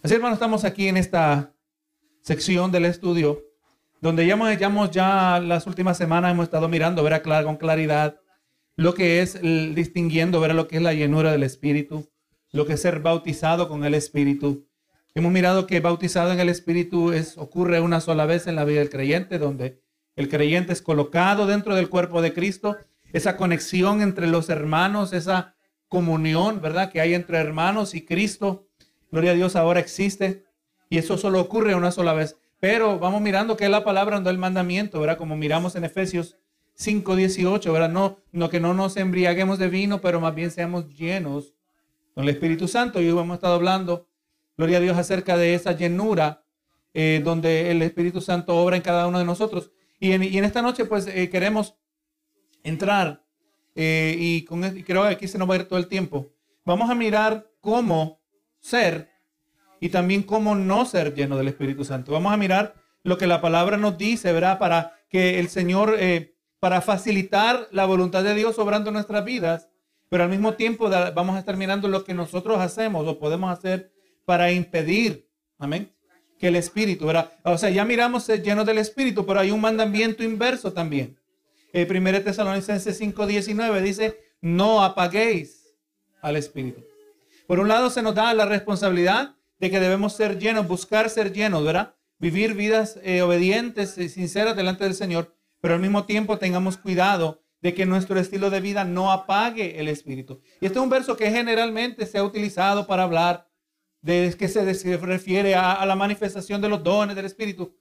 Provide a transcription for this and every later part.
Así, hermanos, estamos aquí en esta sección del estudio, donde ya las últimas semanas hemos estado mirando, con claridad lo que es distinguiendo, lo que es la llenura del Espíritu, lo que es ser bautizado con el Espíritu. Hemos mirado que bautizado en el Espíritu ocurre una sola vez en la vida del creyente, donde el creyente es colocado dentro del cuerpo de Cristo, esa conexión entre los hermanos, esa comunión, ¿verdad?, que hay entre hermanos y Cristo. Gloria a Dios, ahora existe, y eso solo ocurre una sola vez. Pero vamos mirando que es la palabra, no el mandamiento, ¿verdad? Como miramos en Efesios 5:18, ¿verdad? No que no nos embriaguemos de vino, pero más bien seamos llenos con el Espíritu Santo. Y hoy hemos estado hablando, gloria a Dios, acerca de esa llenura donde el Espíritu Santo obra en cada uno de nosotros. Y en esta noche, pues, queremos entrar, y creo que aquí se nos va a ir todo el tiempo. Vamos a mirar cómo ser y también cómo no ser lleno del Espíritu Santo. Vamos a mirar lo que la palabra nos dice, ¿verdad? Para que el Señor, para facilitar la voluntad de Dios obrando en nuestras vidas, pero al mismo tiempo vamos a estar mirando lo que nosotros hacemos o podemos hacer para impedir, amén, que el Espíritu, ¿verdad? O sea, ya miramos ser llenos del Espíritu, pero hay un mandamiento inverso también. 1 Tesalonicenses 5:19 dice, no apaguéis al Espíritu. Por un lado se nos da la responsabilidad de que debemos ser llenos, buscar ser llenos, ¿verdad? Vivir vidas obedientes y sinceras delante del Señor, pero al mismo tiempo tengamos cuidado de que nuestro estilo de vida no apague el Espíritu. Y este es un verso que generalmente se ha utilizado para hablar de que se refiere a la manifestación de los dones del Espíritu.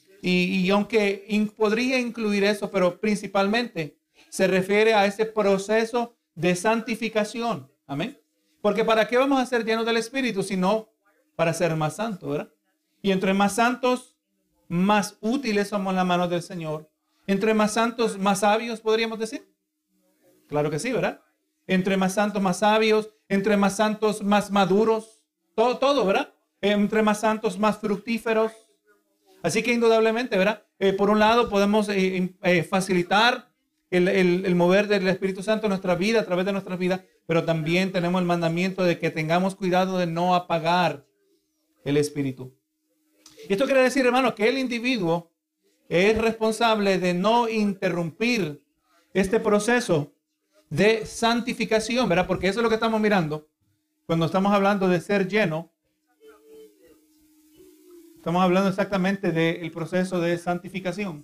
Y aunque podría incluir eso, pero principalmente se refiere a ese proceso de santificación. Amén. Porque ¿para qué vamos a ser llenos del Espíritu? Sino para ser más santos, ¿verdad? Y entre más santos, más útiles somos en las manos del Señor. Entre más santos, más sabios, podríamos decir. Claro que sí, ¿verdad? Entre más santos, más sabios. Entre más santos, más maduros. Todo, ¿verdad? Entre más santos, más fructíferos. Así que indudablemente, ¿verdad? Por un lado podemos facilitar el mover del Espíritu Santo en nuestra vida, a través de nuestras vidas, pero también tenemos el mandamiento de que tengamos cuidado de no apagar el Espíritu. Y esto quiere decir, hermano, que el individuo es responsable de no interrumpir este proceso de santificación, ¿verdad? Porque eso es lo que estamos mirando cuando estamos hablando de ser lleno. Estamos hablando exactamente del proceso de santificación.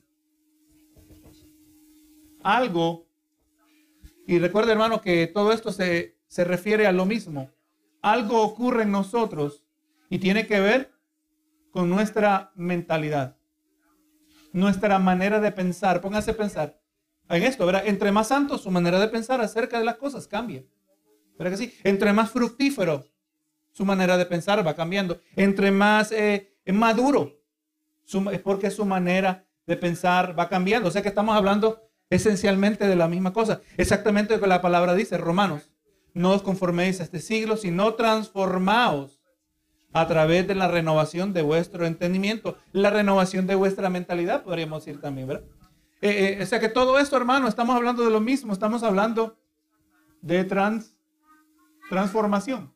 Algo, y recuerda, hermano, que todo esto se refiere a lo mismo. Algo ocurre en nosotros y tiene que ver con nuestra mentalidad, nuestra manera de pensar. Pónganse a pensar en esto, ¿verdad? Entre más santos, su manera de pensar acerca de las cosas cambia. ¿Verdad que sí? Entre más fructífero, su manera de pensar va cambiando. Entre más maduro, es porque su manera de pensar va cambiando. O sea que estamos hablando esencialmente de la misma cosa. Exactamente lo que la palabra dice, Romanos. No os conforméis a este siglo, sino transformaos a través de la renovación de vuestro entendimiento. La renovación de vuestra mentalidad, podríamos decir también, ¿verdad? O sea que todo esto, hermano, estamos hablando de lo mismo. Estamos hablando de transformación.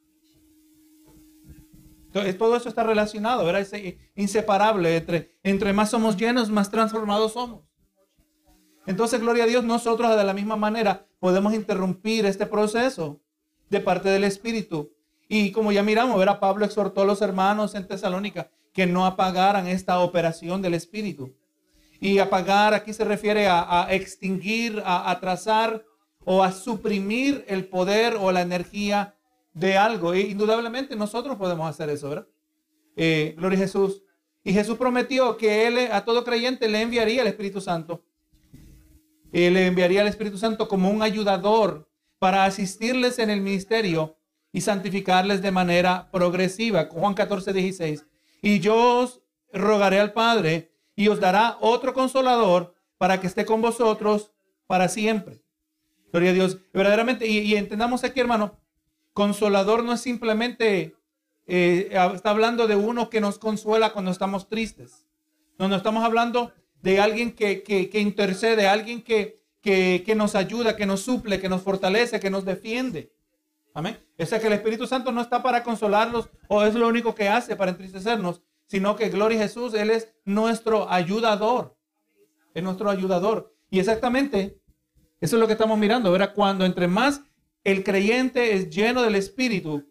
Entonces, todo eso está relacionado, ¿verdad? Es inseparable. Entre más somos llenos, más transformados somos. Entonces, gloria a Dios, nosotros de la misma manera podemos interrumpir este proceso de parte del Espíritu. Y como ya miramos, ¿verdad? Pablo exhortó a los hermanos en Tesalónica que no apagaran esta operación del Espíritu. Y apagar aquí se refiere a extinguir, a atrasar o a suprimir el poder o la energía de algo. E indudablemente nosotros podemos hacer eso, ¿verdad? Gloria a Jesús. Y Jesús prometió que Él a todo creyente le enviaría el Espíritu Santo. Le enviaría el Espíritu Santo como un ayudador para asistirles en el ministerio y santificarles de manera progresiva. Juan 14:16. Y yo os rogaré al Padre y os dará otro consolador para que esté con vosotros para siempre. Gloria a Dios. Verdaderamente, y entendamos aquí, hermano, consolador no es simplemente, está hablando de uno que nos consuela cuando estamos tristes. No estamos hablando de alguien que intercede, alguien que nos ayuda, que nos suple, que nos fortalece, que nos defiende. Amén. O sea que el Espíritu Santo no está para consolarlos o es lo único que hace para entristecernos, sino que gloria a Jesús, Él es nuestro ayudador. Es nuestro ayudador. Y exactamente eso es lo que estamos mirando. ¿Verdad? Cuando entre más el creyente es lleno del Espíritu,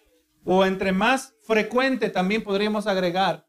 o entre más frecuente también podríamos agregar,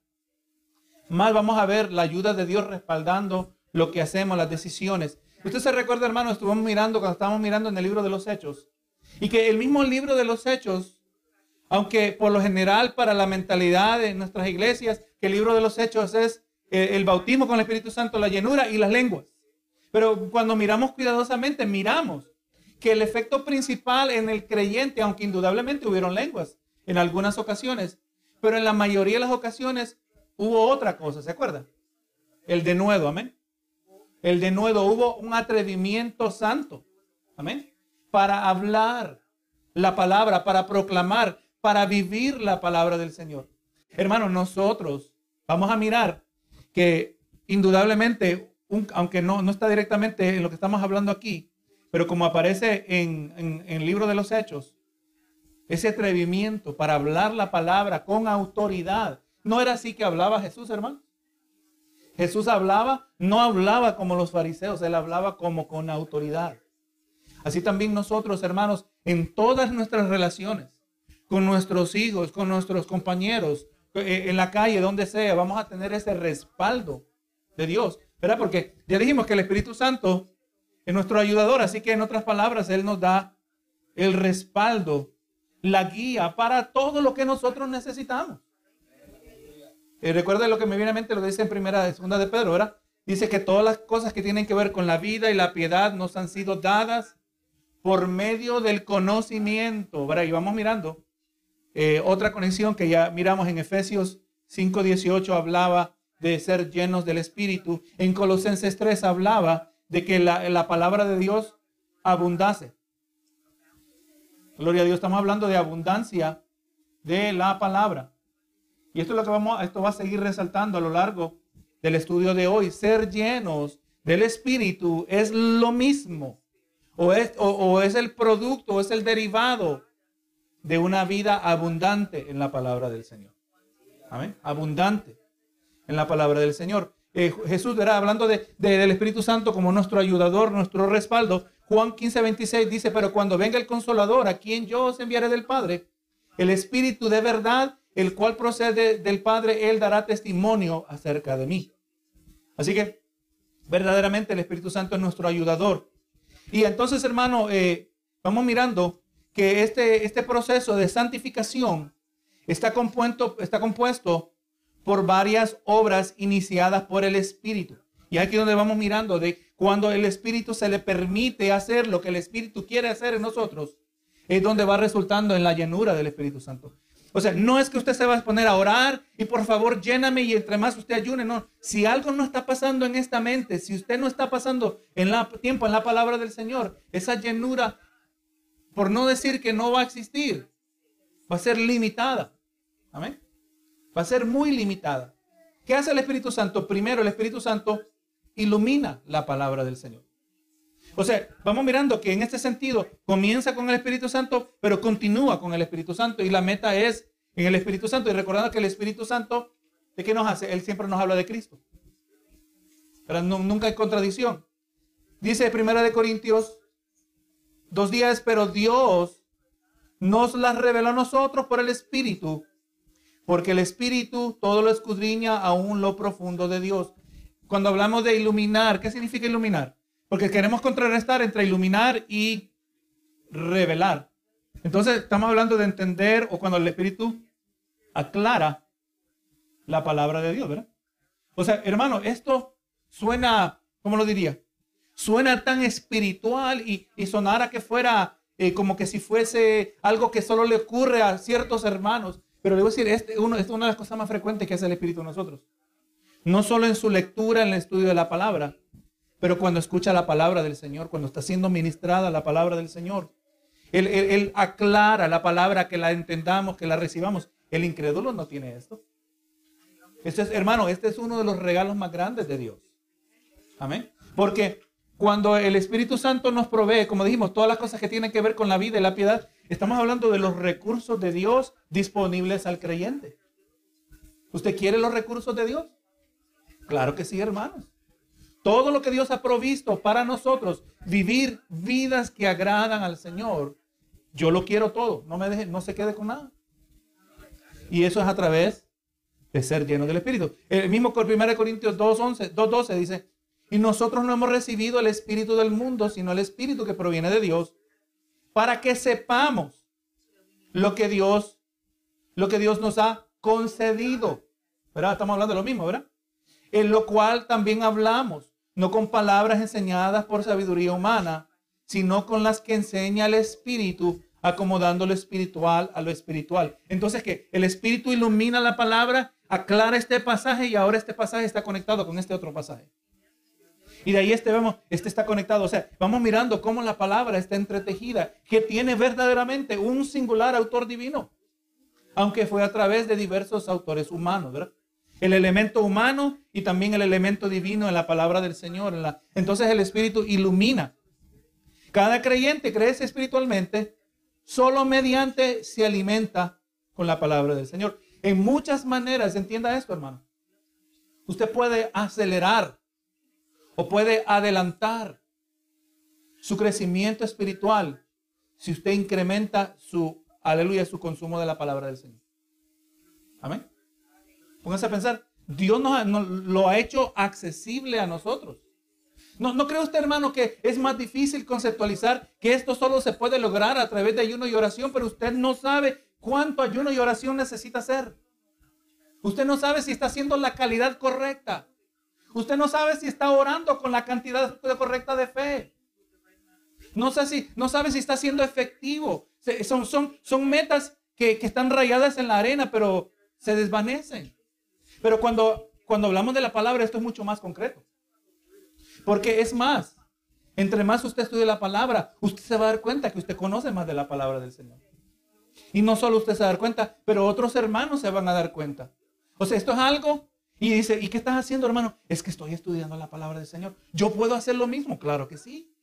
más vamos a ver la ayuda de Dios respaldando lo que hacemos, las decisiones. Usted se recuerda, hermano, estuvimos mirando cuando estábamos mirando en el libro de los Hechos. Y que el mismo libro de los Hechos, aunque por lo general para la mentalidad de nuestras iglesias, que el libro de los Hechos es el bautismo con el Espíritu Santo, la llenura y las lenguas. Pero cuando miramos cuidadosamente, miramos que el efecto principal en el creyente, aunque indudablemente hubieron lenguas en algunas ocasiones, pero en la mayoría de las ocasiones hubo otra cosa, ¿se acuerdan? El denuedo, amén. El denuedo, hubo un atrevimiento santo, amén, para hablar la palabra, para proclamar, para vivir la palabra del Señor. Hermanos, nosotros vamos a mirar que indudablemente, aunque no está directamente en lo que estamos hablando aquí, pero como aparece en el libro de los Hechos, ese atrevimiento para hablar la palabra con autoridad. ¿No era así que hablaba Jesús, hermano? Jesús no hablaba como los fariseos, Él hablaba como con autoridad. Así también nosotros, hermanos, en todas nuestras relaciones, con nuestros hijos, con nuestros compañeros, en la calle, donde sea, vamos a tener ese respaldo de Dios, ¿verdad? Porque ya dijimos que el Espíritu Santo es nuestro ayudador, así que en otras palabras, Él nos da el respaldo, la guía para todo lo que nosotros necesitamos. Recuerda lo que me viene a mente, lo dice en segunda de Pedro, ¿verdad? Dice que todas las cosas que tienen que ver con la vida y la piedad nos han sido dadas por medio del conocimiento, ¿verdad? Y vamos mirando otra conexión que ya miramos en Efesios 5:18 hablaba de ser llenos del Espíritu. En Colosenses 3 hablaba de que la palabra de Dios abundase. Gloria a Dios, estamos hablando de abundancia de la palabra. Y esto es lo que esto va a seguir resaltando a lo largo del estudio de hoy. Ser llenos del Espíritu es lo mismo. O es el producto, o es el derivado de una vida abundante en la palabra del Señor. Amén. Abundante en la palabra del Señor. Jesús era hablando del Espíritu Santo como nuestro ayudador, nuestro respaldo. Juan 15:26 dice, pero cuando venga el Consolador, a quien yo os enviaré del Padre, el Espíritu de verdad, el cual procede del Padre, Él dará testimonio acerca de mí. Así que verdaderamente el Espíritu Santo es nuestro ayudador. Y entonces, hermano, vamos mirando que este proceso de santificación está compuesto por varias obras iniciadas por el Espíritu. Y aquí donde vamos mirando de cuando el Espíritu se le permite hacer lo que el Espíritu quiere hacer en nosotros, es donde va resultando en la llenura del Espíritu Santo. O sea, no es que usted se va a poner a orar y por favor lléname y entre más usted ayune. No, si algo no está pasando en esta mente, si usted no está pasando tiempo en la palabra del Señor, esa llenura, por no decir que no va a existir, va a ser limitada. Amén. Va a ser muy limitada. ¿Qué hace el Espíritu Santo? Primero, el Espíritu Santo ilumina la palabra del Señor. O sea, vamos mirando que en este sentido comienza con el Espíritu Santo, pero continúa con el Espíritu Santo y la meta es en el Espíritu Santo. Y recordando que el Espíritu Santo, ¿de qué nos hace? Él siempre nos habla de Cristo. Pero nunca hay contradicción. Dice 1 Corintios 2:10, pero Dios nos las reveló a nosotros por el Espíritu, porque el Espíritu todo lo escudriña aún lo profundo de Dios. Cuando hablamos de iluminar, ¿qué significa iluminar? Porque queremos contrarrestar entre iluminar y revelar. Entonces estamos hablando de entender o cuando el Espíritu aclara la palabra de Dios, ¿verdad? O sea, hermano, esto suena, ¿cómo lo diría? Suena tan espiritual y sonara que fuera como que si fuese algo que solo le ocurre a ciertos hermanos. Pero le voy a decir, esta es una de las cosas más frecuentes que hace el Espíritu en nosotros. No solo en su lectura, en el estudio de la palabra, pero cuando escucha la palabra del Señor, cuando está siendo ministrada la palabra del Señor, Él aclara la palabra, que la entendamos, que la recibamos. El incrédulo no tiene esto. Hermano, este es uno de los regalos más grandes de Dios. Amén. Porque cuando el Espíritu Santo nos provee, como dijimos, todas las cosas que tienen que ver con la vida y la piedad, Estamos hablando de los recursos de Dios disponibles al creyente. ¿Usted quiere los recursos de Dios? Claro que sí, hermanos. Todo lo que Dios ha provisto para nosotros, vivir vidas que agradan al Señor, yo lo quiero todo. No se quede con nada. Y eso es a través de ser lleno del Espíritu. El mismo 1 Corintios 2:12 dice, y nosotros no hemos recibido el espíritu del mundo, sino el espíritu que proviene de Dios, para que sepamos lo que Dios nos ha concedido. ¿Verdad? Estamos hablando de lo mismo, ¿verdad? En lo cual también hablamos, no con palabras enseñadas por sabiduría humana, sino con las que enseña el Espíritu, acomodando lo espiritual a lo espiritual. Entonces, ¿qué? El Espíritu ilumina la palabra, aclara este pasaje y ahora este pasaje está conectado con este otro pasaje. Y de ahí este está conectado. O sea, vamos mirando cómo la palabra está entretejida, que tiene verdaderamente un singular autor divino, aunque fue a través de diversos autores humanos, ¿verdad? El elemento humano y también el elemento divino en la palabra del Señor. Entonces el Espíritu ilumina. Cada creyente crece espiritualmente solo mediante se alimenta con la palabra del Señor. En muchas maneras, entienda esto, hermano. Usted puede acelerar o puede adelantar su crecimiento espiritual si usted incrementa su consumo de la palabra del Señor. Amén. Pónganse a pensar, Dios nos lo ha hecho accesible a nosotros. ¿No cree usted, hermano, que es más difícil conceptualizar que esto solo se puede lograr a través de ayuno y oración, pero usted no sabe cuánto ayuno y oración necesita hacer? Usted no sabe si está haciendo la calidad correcta. Usted no sabe si está orando con la cantidad correcta de fe. No sabe si está siendo efectivo. Son metas que están rayadas en la arena, pero se desvanecen. Pero cuando hablamos de la palabra, esto es mucho más concreto. Porque es más, entre más usted estudie la palabra, usted se va a dar cuenta que usted conoce más de la palabra del Señor. Y no solo usted se va a dar cuenta, pero otros hermanos se van a dar cuenta. O sea, esto es algo. Y dice, ¿y qué estás haciendo, hermano? Es que estoy estudiando la palabra del Señor. ¿Yo puedo hacer lo mismo? Claro que sí.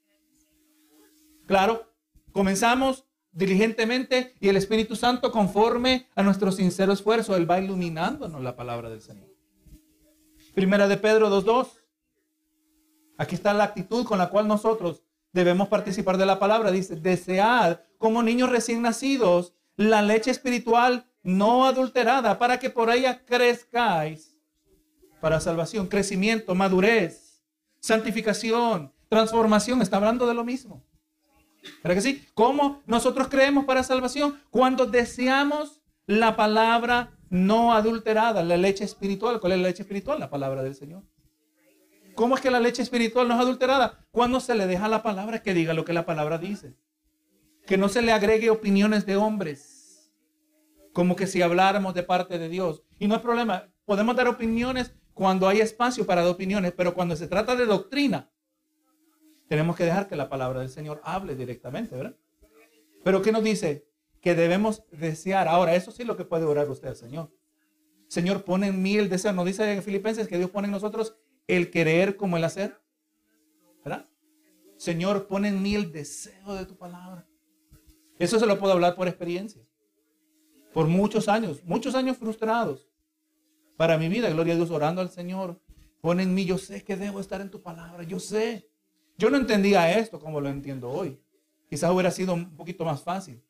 Claro, comenzamos diligentemente y el Espíritu Santo, conforme a nuestro sincero esfuerzo, Él va iluminándonos la palabra del Señor. Primera de Pedro 2:2. Aquí está la actitud con la cual nosotros debemos participar de la palabra. Dice, desead como niños recién nacidos la leche espiritual no adulterada, para que por ella crezcáis para salvación, crecimiento, madurez, santificación, transformación. Está hablando de lo mismo. ¿Verdad que sí? ¿Cómo nosotros creemos para salvación? Cuando deseamos la palabra no adulterada, la leche espiritual. ¿Cuál es la leche espiritual? La palabra del Señor. ¿Cómo es que la leche espiritual no es adulterada? Cuando se le deja a la palabra que diga lo que la palabra dice. Que no se le agregue opiniones de hombres, como que si habláramos de parte de Dios. Y no hay problema, podemos dar opiniones cuando hay espacio para dar opiniones, pero cuando se trata de doctrina, tenemos que dejar que la palabra del Señor hable directamente, ¿verdad? Pero ¿qué nos dice? Que debemos desear. Ahora, eso sí es lo que puede orar usted al Señor. Señor, pone en mí el deseo. Nos dice en Filipenses que Dios pone en nosotros el querer como el hacer, ¿verdad? Señor, pone en mí el deseo de tu palabra. Eso se lo puedo hablar por experiencia. Por muchos años frustrados. Para mi vida, gloria a Dios, orando al Señor. Pone en mí, yo sé que debo estar en tu palabra, yo sé. Yo no entendía esto como lo entiendo hoy. Quizás hubiera sido un poquito más fácil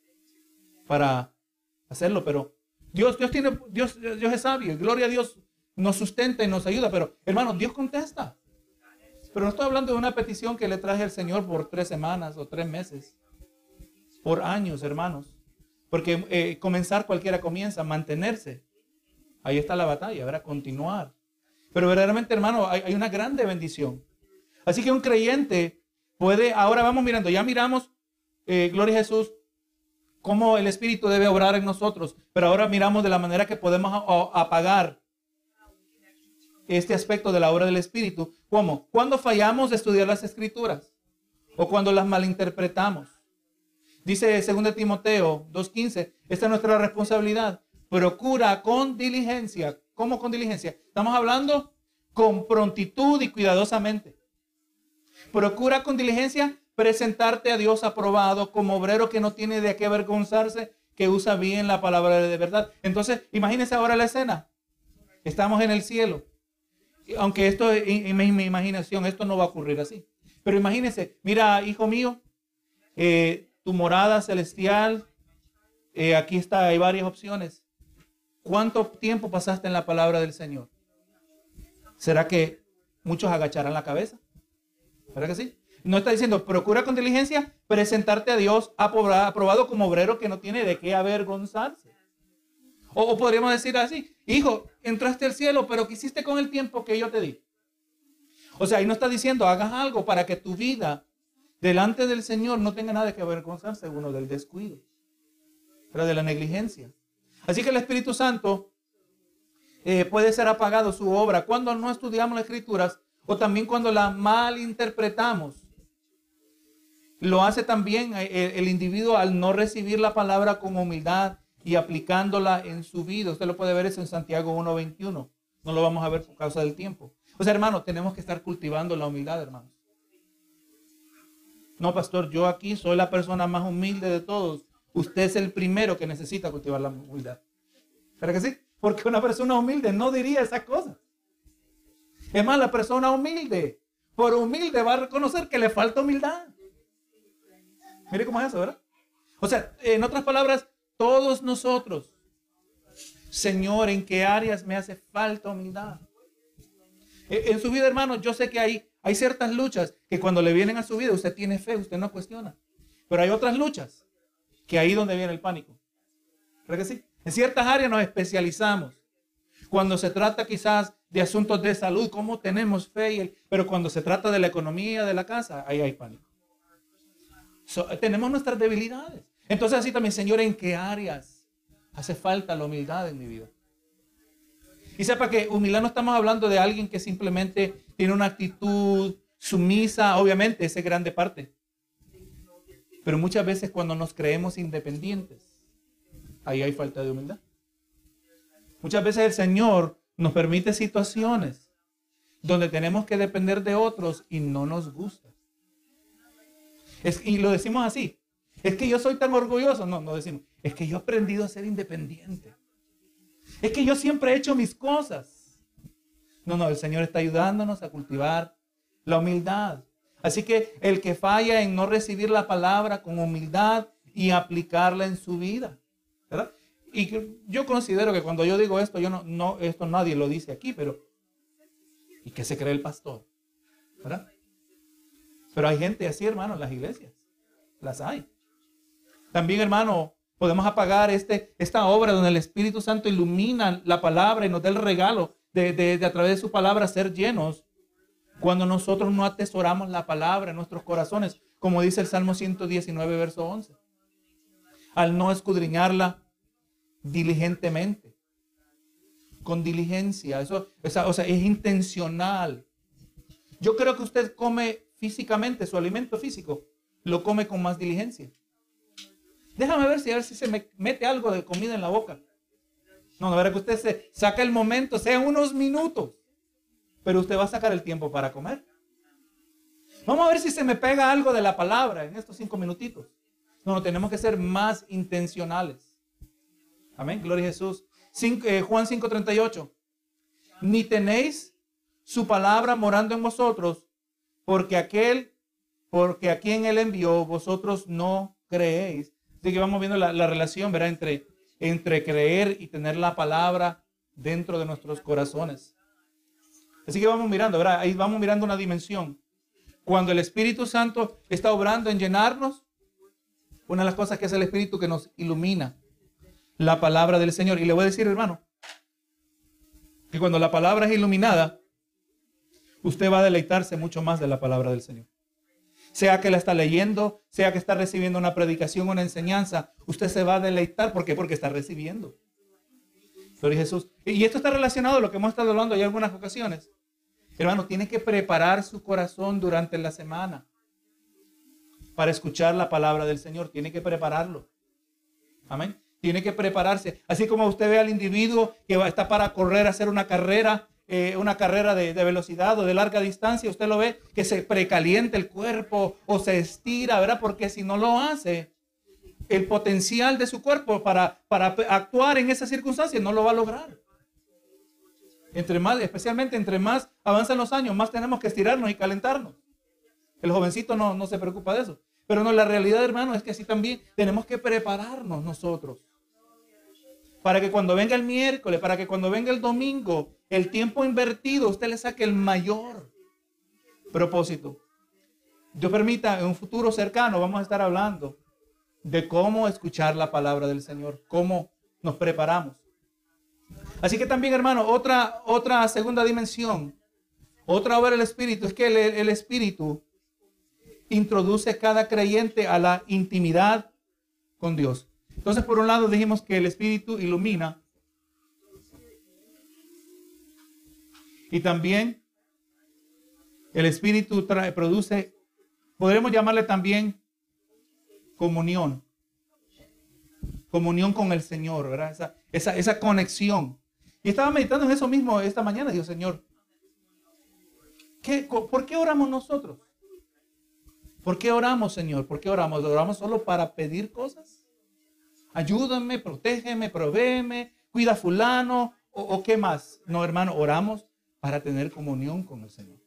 para hacerlo, pero Dios es sabio. Gloria a Dios, nos sustenta y nos ayuda. Pero, hermano, Dios contesta. Pero no estoy hablando de una petición que le traje al Señor por 3 semanas o 3 meses. Por años, hermanos. Porque comenzar cualquiera comienza, mantenerse. Ahí está la batalla, ¿verdad? Continuar. Pero verdaderamente, hermano, hay una grande bendición. Así que un creyente puede, ahora vamos mirando, ya miramos, gloria a Jesús, cómo el Espíritu debe obrar en nosotros. Pero ahora miramos de la manera que podemos apagar este aspecto de la obra del Espíritu. ¿Cómo? Cuando fallamos de estudiar las Escrituras o cuando las malinterpretamos. Dice 2 Timoteo 2:15, esta es nuestra responsabilidad. Procura con diligencia. ¿Cómo con diligencia? Estamos hablando con prontitud y cuidadosamente. Procura con diligencia presentarte a Dios aprobado como obrero que no tiene de qué avergonzarse, que usa bien la palabra de verdad. Entonces, imagínense ahora la escena. Estamos en el cielo. Aunque esto en mi imaginación, esto no va a ocurrir así. Pero imagínense, mira, hijo mío, tu morada celestial, aquí está, hay varias opciones. ¿Cuánto tiempo pasaste en la palabra del Señor? ¿Será que muchos agacharán la cabeza? ¿Verdad que sí? No está diciendo, procura con diligencia presentarte a Dios aprobado como obrero que no tiene de qué avergonzarse. O podríamos decir así, hijo, entraste al cielo, pero ¿qué hiciste con el tiempo que yo te di? O sea, ahí no está diciendo, hagas algo para que tu vida delante del Señor no tenga nada que avergonzarse uno del descuido, pero de la negligencia. Así que el Espíritu Santo puede ser apagado su obra cuando no estudiamos las Escrituras o también cuando la malinterpretamos. Lo hace también el individuo al no recibir la palabra con humildad y aplicándola en su vida. Usted lo puede ver eso en Santiago 1:21. No lo vamos a ver por causa del tiempo. O sea, hermano, tenemos que estar cultivando la humildad, hermanos. No, pastor, yo aquí soy la persona más humilde de todos. Usted es el primero que necesita cultivar la humildad. ¿Pero que sí? Porque una persona humilde no diría esas cosas. Es más, la persona humilde, por humilde, va a reconocer que le falta humildad. Mire cómo es eso, ¿verdad? O sea, en otras palabras, todos nosotros, Señor, ¿en qué áreas me hace falta humildad? En su vida, hermano, yo sé que hay ciertas luchas que cuando le vienen a su vida, usted tiene fe, usted no cuestiona. Pero hay otras luchas que ahí donde viene el pánico. ¿Verdad que sí? En ciertas áreas nos especializamos. Cuando se trata quizás de asuntos de salud, ¿cómo tenemos fe? Pero cuando se trata de la economía de la casa, ahí hay pánico. Tenemos nuestras debilidades. Entonces así también, Señor, ¿en qué áreas hace falta la humildad en mi vida? Y sepa que humildad no estamos hablando de alguien que simplemente tiene una actitud sumisa. Obviamente, esa es grande parte. Pero muchas veces cuando nos creemos independientes, ahí hay falta de humildad. Muchas veces el Señor nos permite situaciones donde tenemos que depender de otros y no nos gusta. Y lo decimos así. Es que yo soy tan orgulloso. No decimos. Es que yo he aprendido a ser independiente. Es que yo siempre he hecho mis cosas. No, el Señor está ayudándonos a cultivar la humildad. Así que el que falla en no recibir la palabra con humildad y aplicarla en su vida, ¿verdad? Y yo considero que cuando yo digo esto, esto nadie lo dice aquí, pero ¿y qué se cree el pastor? ¿Verdad? Pero hay gente así, hermano, en las iglesias. Las hay. También, hermano, podemos apagar esta obra donde el Espíritu Santo ilumina la palabra y nos da el regalo de a través de su palabra ser llenos. Cuando nosotros no atesoramos la palabra en nuestros corazones, como dice el Salmo 119, verso 11. Al no escudriñarla diligentemente. Con diligencia. Eso, o sea, es intencional. Yo creo que usted come físicamente, su alimento físico, lo come con más diligencia. Déjame ver si se me mete algo de comida en la boca. No, la verdad que usted se saca el momento, sean unos minutos, pero usted va a sacar el tiempo para comer. Vamos a ver si se me pega algo de la palabra en estos 5 minutitos. No, tenemos que ser más intencionales. Amén, gloria a Jesús. Juan 5:38. Ni tenéis su palabra morando en vosotros, porque a quien él envió, vosotros no creéis. Así que vamos viendo la relación, ¿verdad? Entre creer y tener la palabra dentro de nuestros corazones. Así que vamos mirando, ¿verdad? Ahí vamos mirando una dimensión. Cuando el Espíritu Santo está obrando en llenarnos, una de las cosas que es el Espíritu que nos ilumina la palabra del Señor. Y le voy a decir, hermano, que cuando la palabra es iluminada, usted va a deleitarse mucho más de la palabra del Señor. Sea que la está leyendo, sea que está recibiendo una predicación, una enseñanza, usted se va a deleitar. ¿Por qué? Porque está recibiendo. Gloria a Jesús. Y esto está relacionado a lo que hemos estado hablando ya en algunas ocasiones. Hermano, tiene que preparar su corazón durante la semana para escuchar la palabra del Señor. Tiene que prepararlo. Amén. Tiene que prepararse. Así como usted ve al individuo que está para correr, hacer una carrera, una carrera de velocidad o de larga distancia, usted lo ve que se precalienta el cuerpo o se estira, ¿verdad? Porque si no lo hace, el potencial de su cuerpo para actuar en esas circunstancias no lo va a lograr. Entre más, especialmente entre más avanzan los años, más tenemos que estirarnos y calentarnos. El jovencito no se preocupa de eso. Pero no, la realidad, hermano, es que así también tenemos que prepararnos nosotros. Para que cuando venga el miércoles, para que cuando venga el domingo, el tiempo invertido, usted le saque el mayor propósito. Dios permita, en un futuro cercano vamos a estar hablando de cómo escuchar la palabra del Señor, cómo nos preparamos. Así que también, hermano, otra segunda dimensión, otra obra del Espíritu, es que el Espíritu introduce a cada creyente a la intimidad con Dios. Entonces, por un lado dijimos que el Espíritu ilumina y también el Espíritu produce, podremos llamarle también comunión con el Señor, ¿verdad? Esa conexión. Y estaba meditando en eso mismo esta mañana. Digo, Señor, ¿por qué oramos nosotros? ¿Por qué oramos, Señor? ¿Por qué oramos? ¿Oramos solo para pedir cosas? Ayúdame, protégeme, provéeme, cuida a fulano, o qué más. No, hermano, oramos para tener comunión con el Señor.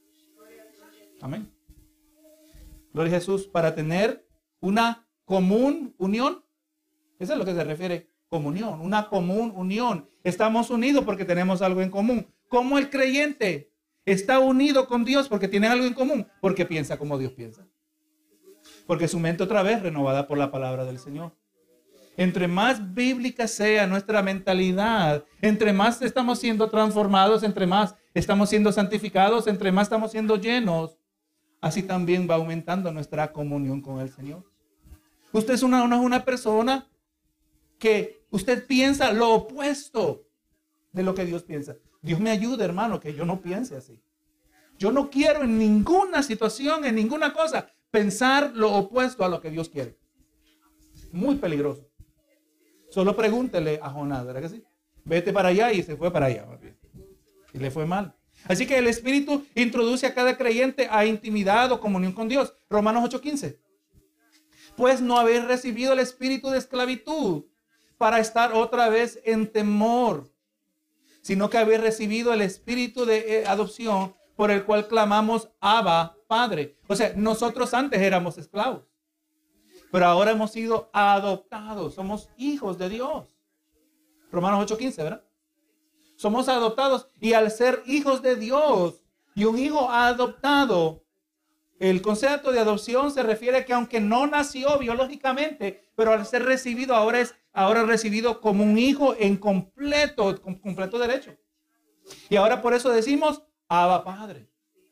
Amén. Gloria a Jesús, para tener una común unión. Eso es lo que se refiere comunión, una común unión. Estamos unidos porque tenemos algo en común. ¿Cómo el creyente está unido con Dios? Porque tiene algo en común, porque piensa como Dios piensa. Porque su mente otra vez renovada por la palabra del Señor. Entre más bíblica sea nuestra mentalidad, entre más estamos siendo transformados, entre más estamos siendo santificados, entre más estamos siendo llenos, así también va aumentando nuestra comunión con el Señor. Usted es una persona que usted piensa lo opuesto de lo que Dios piensa. Dios me ayude, hermano, que yo no piense así. Yo no quiero en ninguna situación, en ninguna cosa, pensar lo opuesto a lo que Dios quiere. Muy peligroso. Solo pregúntele a Jonás, ¿verdad que sí? Vete para allá, y se fue para allá. Y le fue mal. Así que el Espíritu introduce a cada creyente a intimidad o comunión con Dios. Romanos 8:15. Pues no habéis recibido el espíritu de esclavitud para estar otra vez en temor, sino que habéis recibido el espíritu de adopción por el cual clamamos Abba, Padre. O sea, nosotros antes éramos esclavos, pero ahora hemos sido adoptados. Somos hijos de Dios. Romanos 8:15, ¿verdad? Somos adoptados, y al ser hijos de Dios y un hijo adoptado, el concepto de adopción se refiere a que aunque no nació biológicamente, pero al ser recibido ahora recibido como un hijo con completo derecho. Y ahora por eso decimos Abba Padre.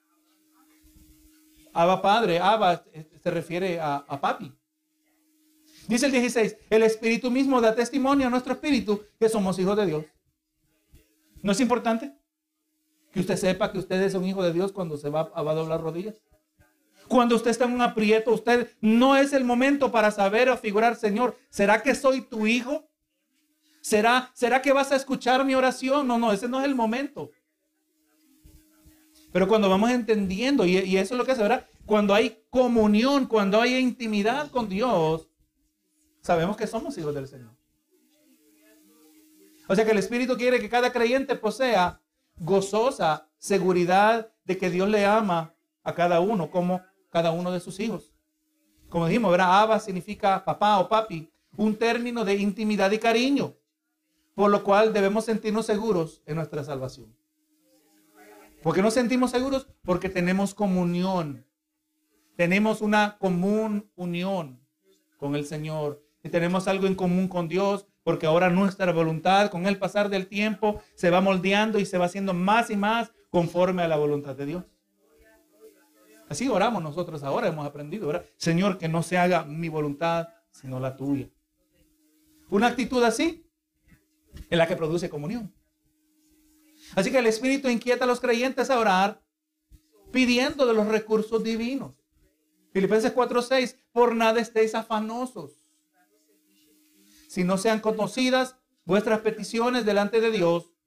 Abba Padre, Abba se refiere a papi. Dice el 16, el Espíritu mismo da testimonio a nuestro espíritu que somos hijos de Dios. ¿No es importante que usted sepa que usted es un hijo de Dios cuando se va a doblar rodillas? Cuando usted está en un aprieto, usted no es el momento para saber o figurar, Señor, ¿será que soy tu hijo? ¿Será que vas a escuchar mi oración? No, ese no es el momento. Pero cuando vamos entendiendo, y eso es lo que se verá, cuando hay comunión, cuando hay intimidad con Dios, sabemos que somos hijos del Señor. O sea que el Espíritu quiere que cada creyente posea gozosa seguridad de que Dios le ama a cada uno como cada uno de sus hijos. Como dijimos, ¿verdad? Abba significa papá o papi, un término de intimidad y cariño, por lo cual debemos sentirnos seguros en nuestra salvación. ¿Por qué nos sentimos seguros? Porque tenemos comunión. Tenemos una común unión con el Señor. Y tenemos algo en común con Dios, porque ahora nuestra voluntad, con el pasar del tiempo, se va moldeando y se va haciendo más y más conforme a la voluntad de Dios. Así oramos nosotros ahora, hemos aprendido, ¿verdad? Señor, que no se haga mi voluntad, sino la tuya. Una actitud así es la que produce comunión. Así que el Espíritu inquieta a los creyentes a orar pidiendo de los recursos divinos. Filipenses 4:6, por nada estéis afanosos, si no sean conocidas vuestras peticiones delante de Dios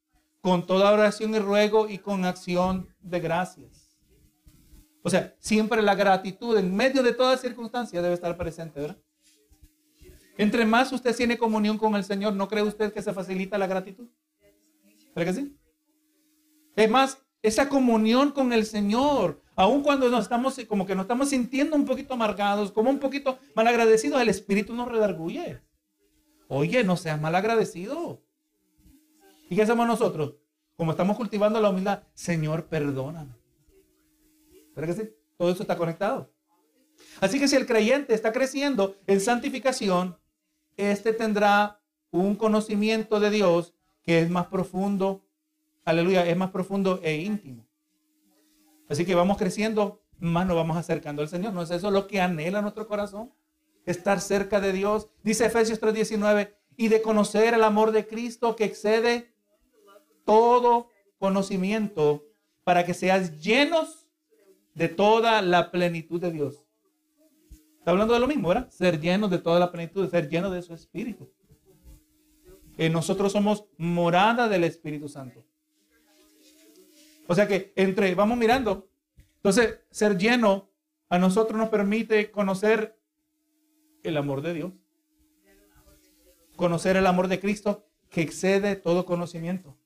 con toda oración y ruego y con acción de gracias. O sea, siempre la gratitud en medio de toda circunstancia debe estar presente, ¿verdad? Entre más usted tiene comunión con el Señor, ¿no cree usted que se facilita la gratitud? ¿Verdad que sí? Es más, esa comunión con el Señor, aun cuando nos estamos sintiendo un poquito amargados, como un poquito malagradecidos, el Espíritu nos redarguye. Oye, no seas malagradecido. ¿Y qué hacemos nosotros? Como estamos cultivando la humildad, Señor, perdóname. ¿Verdad que sí? Todo eso está conectado. Así que si el creyente está creciendo en santificación, este tendrá un conocimiento de Dios que es más profundo. Aleluya, es más profundo e íntimo. Así que vamos creciendo, más nos vamos acercando al Señor. ¿No es eso lo que anhela nuestro corazón? Estar cerca de Dios. Dice Efesios 3:19, y de conocer el amor de Cristo que excede todo conocimiento, para que seas llenos de toda la plenitud de Dios. Está hablando de lo mismo, ¿verdad? Ser llenos de toda la plenitud, ser llenos de su Espíritu. Nosotros somos morada del Espíritu Santo. O sea que vamos mirando. Entonces, ser lleno a nosotros nos permite conocer el amor de Dios. Conocer el amor de Cristo que excede todo conocimiento.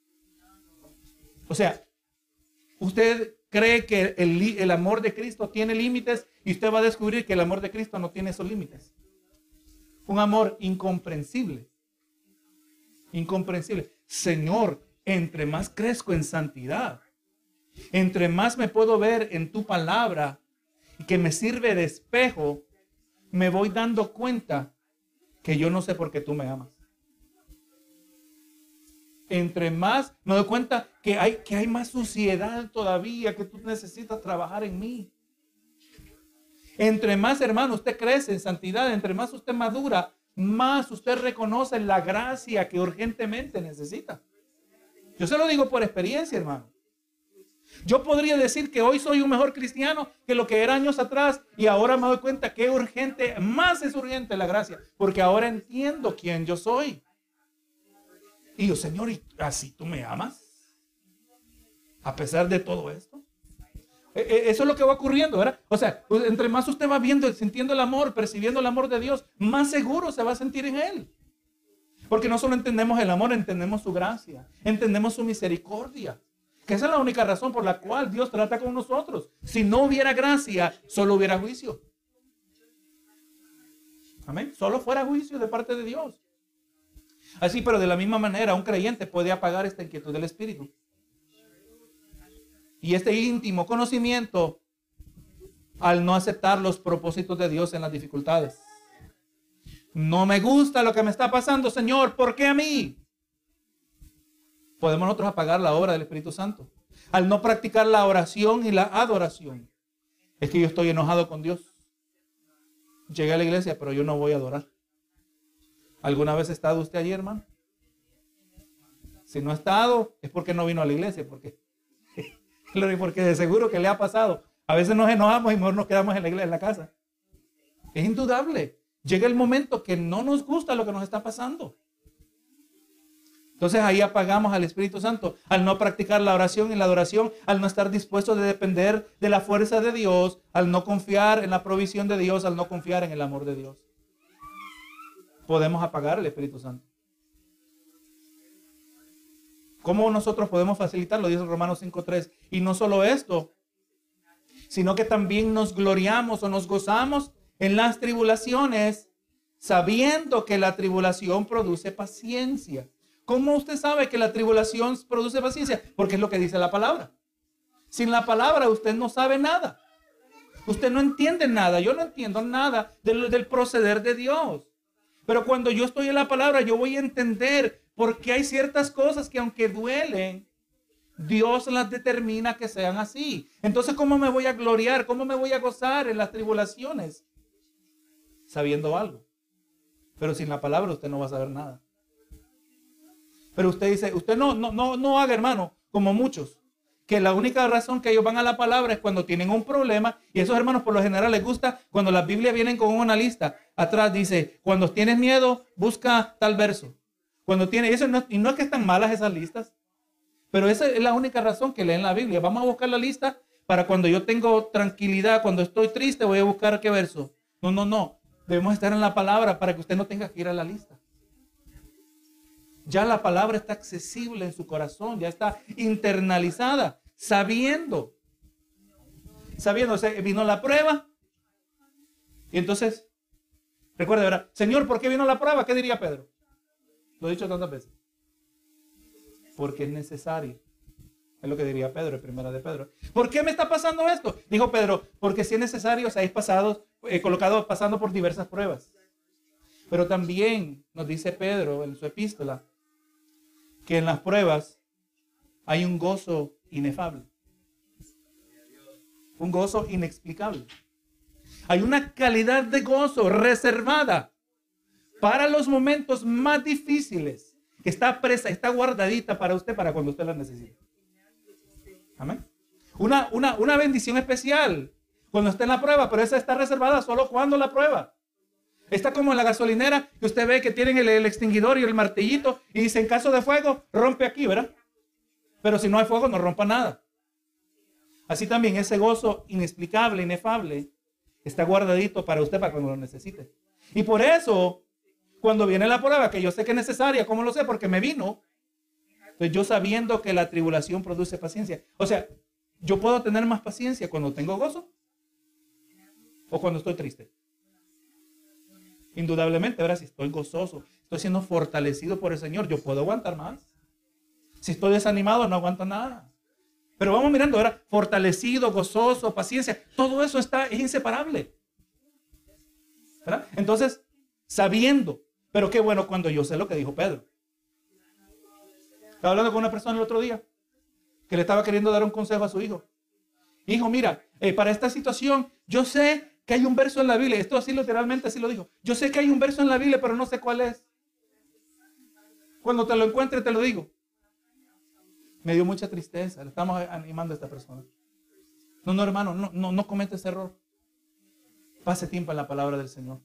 O sea, usted cree que el amor de Cristo tiene límites y usted va a descubrir que el amor de Cristo no tiene esos límites. Un amor incomprensible. Incomprensible. Señor, entre más crezco en santidad, entre más me puedo ver en tu palabra y que me sirve de espejo, me voy dando cuenta que yo no sé por qué tú me amas. Entre más me doy cuenta que hay más suciedad todavía, que tú necesitas trabajar en mí. Entre más, hermano, usted crece en santidad, entre más usted madura, más usted reconoce la gracia que urgentemente necesita. Yo se lo digo por experiencia, hermano. Yo podría decir que hoy soy un mejor cristiano que lo que era años atrás, y ahora me doy cuenta que urgente, más es urgente la gracia, porque ahora entiendo quién yo soy. Y yo, Señor, ¿y así tú me amas? A pesar de todo esto. Eso es lo que va ocurriendo, ¿verdad? O sea, entre más usted va viendo, sintiendo el amor, percibiendo el amor de Dios, más seguro se va a sentir en Él. Porque no solo entendemos el amor, entendemos su gracia, entendemos su misericordia. Que esa es la única razón por la cual Dios trata con nosotros. Si no hubiera gracia, solo hubiera juicio. Amén. Solo fuera juicio de parte de Dios. Así, pero de la misma manera, un creyente puede apagar esta inquietud del Espíritu. Y este íntimo conocimiento al no aceptar los propósitos de Dios en las dificultades. No me gusta lo que me está pasando, Señor, ¿por qué a mí? Podemos nosotros apagar la obra del Espíritu Santo al no practicar la oración y la adoración. Es que yo estoy enojado con Dios. Llegué a la iglesia, pero yo no voy a adorar. ¿Alguna vez ha estado usted allí, hermano? Si no ha estado, es porque no vino a la iglesia, porque de seguro que le ha pasado. A veces nos enojamos y mejor nos quedamos en la iglesia, en la casa. Es indudable. Llega el momento que no nos gusta lo que nos está pasando. Entonces ahí apagamos al Espíritu Santo, al no practicar la oración y la adoración, al no estar dispuestos de depender de la fuerza de Dios, al no confiar en la provisión de Dios, al no confiar en el amor de Dios. Podemos apagar el Espíritu Santo. ¿Cómo nosotros podemos facilitarlo? Dice Romanos 5:3. Y no solo esto, sino que también nos gloriamos o nos gozamos en las tribulaciones, sabiendo que la tribulación produce paciencia. ¿Cómo usted sabe que la tribulación produce paciencia? Porque es lo que dice la palabra. Sin la palabra usted no sabe nada. Usted no entiende nada. Yo no entiendo nada del proceder de Dios. Pero cuando yo estoy en la palabra, yo voy a entender por qué hay ciertas cosas que aunque duelen, Dios las determina que sean así. Entonces, ¿cómo me voy a gloriar? ¿Cómo me voy a gozar en las tribulaciones? Sabiendo algo. Pero sin la palabra usted no va a saber nada. Pero usted dice, usted no haga, hermano, como muchos, que la única razón que ellos van a la palabra es cuando tienen un problema, y esos hermanos por lo general les gusta cuando las Biblias vienen con una lista. Atrás dice, cuando tienes miedo, busca tal verso. Cuando tienes eso, y no es que están malas esas listas. Pero esa es la única razón que leen la Biblia. Vamos a buscar la lista para cuando yo tengo tranquilidad, cuando estoy triste, voy a buscar qué verso. No. Debemos estar en la palabra para que usted no tenga que ir a la lista. Ya la palabra está accesible en su corazón, ya está internalizada, sabiendo. O sea, vino la prueba. Y entonces, recuerde, ¿verdad? Señor, ¿por qué vino la prueba? ¿Qué diría Pedro? Lo he dicho tantas veces. Porque es necesario. Es lo que diría Pedro, en primera de Pedro. ¿Por qué me está pasando esto? Dijo Pedro, porque si es necesario, os habéis colocado pasando por diversas pruebas. Pero también nos dice Pedro en su epístola que en las pruebas hay un gozo inefable. Un gozo inexplicable. Hay una calidad de gozo reservada para los momentos más difíciles, que está presa, está guardadita para usted, para cuando usted la necesite. Amén. Una bendición especial cuando está en la prueba, pero esa está reservada solo cuando la prueba. Está como en la gasolinera, que usted ve que tienen el extinguidor y el martillito, y dice, en caso de fuego, rompe aquí, ¿verdad? Pero si no hay fuego, no rompa nada. Así también ese gozo inexplicable, inefable, está guardadito para usted, para cuando lo necesite. Y por eso, cuando viene la prueba, que yo sé que es necesaria, ¿cómo lo sé? Porque me vino. Entonces yo sabiendo que la tribulación produce paciencia. O sea, yo puedo tener más paciencia cuando tengo gozo o cuando estoy triste. Indudablemente, ¿verdad? Si estoy gozoso, estoy siendo fortalecido por el Señor, yo puedo aguantar más. Si estoy desanimado, no aguanto nada. Pero vamos mirando, ¿verdad? Fortalecido, gozoso, paciencia, todo eso es inseparable. ¿Verdad? Entonces, sabiendo, pero qué bueno cuando yo sé lo que dijo Pedro. Estaba hablando con una persona el otro día que le estaba queriendo dar un consejo a su hijo. Hijo, mira, para esta situación, yo sé que hay un verso en la Biblia. Esto así literalmente así lo dijo. Yo sé que hay un verso en la Biblia, pero no sé cuál es. Cuando te lo encuentre, te lo digo. Me dio mucha tristeza. Le estamos animando a esta persona. No, hermano, no cometa ese error. Pase tiempo en la palabra del Señor.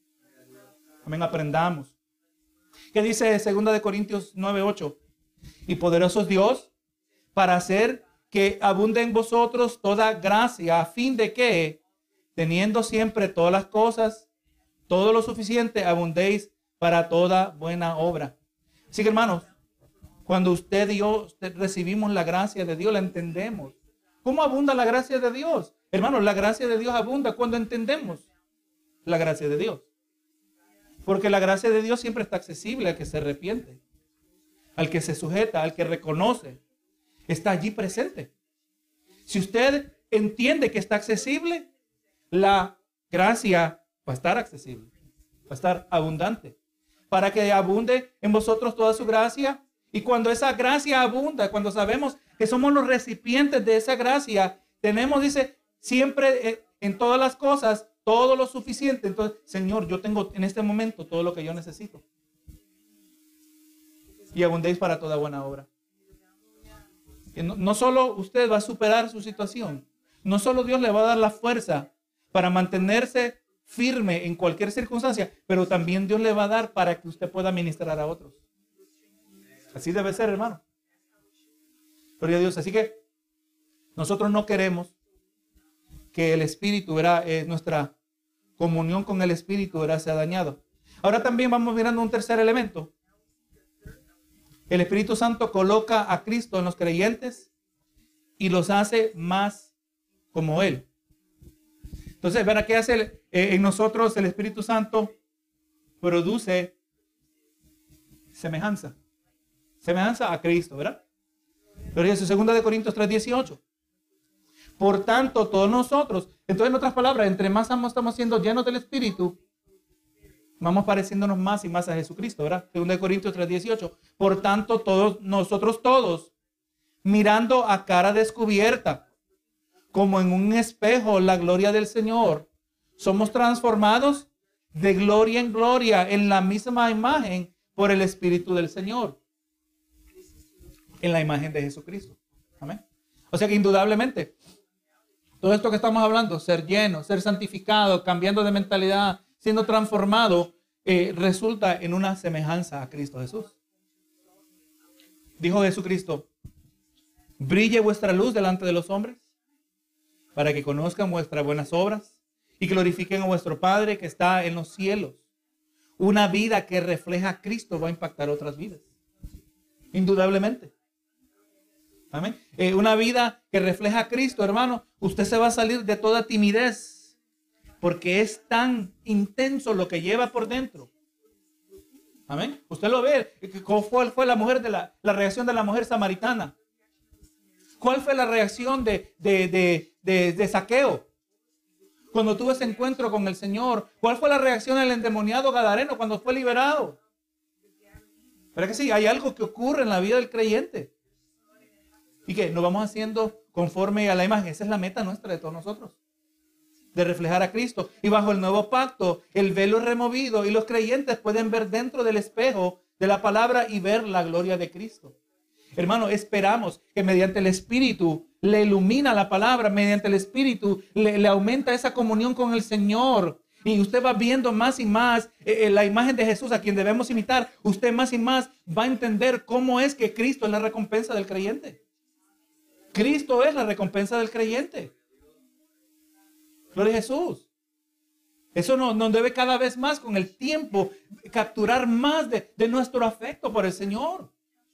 Amén, aprendamos. ¿Qué dice 2 Corintios 9:8? Y poderoso es Dios para hacer que abunde en vosotros toda gracia, a fin de que, teniendo siempre todas las cosas, todo lo suficiente, abundéis para toda buena obra. Así que, hermanos, cuando usted y yo recibimos la gracia de Dios, la entendemos. ¿Cómo abunda la gracia de Dios? Hermanos, la gracia de Dios abunda cuando entendemos la gracia de Dios. Porque la gracia de Dios siempre está accesible al que se arrepiente, al que se sujeta, al que reconoce. Está allí presente. Si usted entiende que está accesible, la gracia va a estar accesible, va a estar abundante, para que abunde en vosotros toda su gracia. Y cuando esa gracia abunda, cuando sabemos que somos los recipientes de esa gracia, tenemos, dice, siempre en todas las cosas, todo lo suficiente. Entonces, Señor, yo tengo en este momento todo lo que yo necesito. Y abundéis para toda buena obra. Y no solo usted va a superar su situación, no solo Dios le va a dar la fuerza para mantenerse firme en cualquier circunstancia, pero también Dios le va a dar para que usted pueda ministrar a otros. Así debe ser, hermano. Gloria a Dios. Así que nosotros no queremos que el Espíritu, nuestra comunión con el Espíritu, sea dañado. Ahora también vamos mirando un tercer elemento. El Espíritu Santo coloca a Cristo en los creyentes y los hace más como Él. Entonces, ¿verdad? ¿Qué hace en nosotros el Espíritu Santo? Produce semejanza. Semejanza a Cristo, ¿verdad? Pero dice 2 Corintios 3:18. Por tanto, todos nosotros, entonces en otras palabras, entre más estamos siendo llenos del Espíritu, vamos pareciéndonos más y más a Jesucristo, ¿verdad? 2 Corintios 3:18. Por tanto, nosotros todos, mirando a cara descubierta, como en un espejo, la gloria del Señor, somos transformados de gloria en gloria en la misma imagen por el Espíritu del Señor. En la imagen de Jesucristo. Amén. O sea que indudablemente, todo esto que estamos hablando, ser lleno, ser santificado, cambiando de mentalidad, siendo transformado, resulta en una semejanza a Cristo Jesús. Dijo Jesucristo, brille vuestra luz delante de los hombres, para que conozcan vuestras buenas obras y glorifiquen a vuestro Padre que está en los cielos. Una vida que refleja a Cristo va a impactar otras vidas. Indudablemente. Amén. Una vida que refleja a Cristo, hermano, usted se va a salir de toda timidez, porque es tan intenso lo que lleva por dentro. Amén. Usted lo ve. ¿Cuál fue la mujer la reacción de la mujer samaritana? ¿Cuál fue la reacción de Zaqueo cuando tuvo ese encuentro con el Señor? ¿Cuál fue la reacción del endemoniado gadareno cuando fue liberado? ¿Verdad que sí? Hay algo que ocurre en la vida del creyente. ¿Y qué? Nos vamos haciendo conforme a la imagen. Esa es la meta nuestra de todos nosotros. De reflejar a Cristo. Y bajo el nuevo pacto, el velo es removido y los creyentes pueden ver dentro del espejo de la palabra y ver la gloria de Cristo. Hermano, esperamos que mediante el Espíritu le ilumina la palabra, mediante el Espíritu le aumenta esa comunión con el Señor. Y usted va viendo más y más la imagen de Jesús a quien debemos imitar. Usted más y más va a entender cómo es que Cristo es la recompensa del creyente. Cristo es la recompensa del creyente. Gloria a Jesús. Eso nos debe cada vez más con el tiempo capturar más de nuestro afecto por el Señor.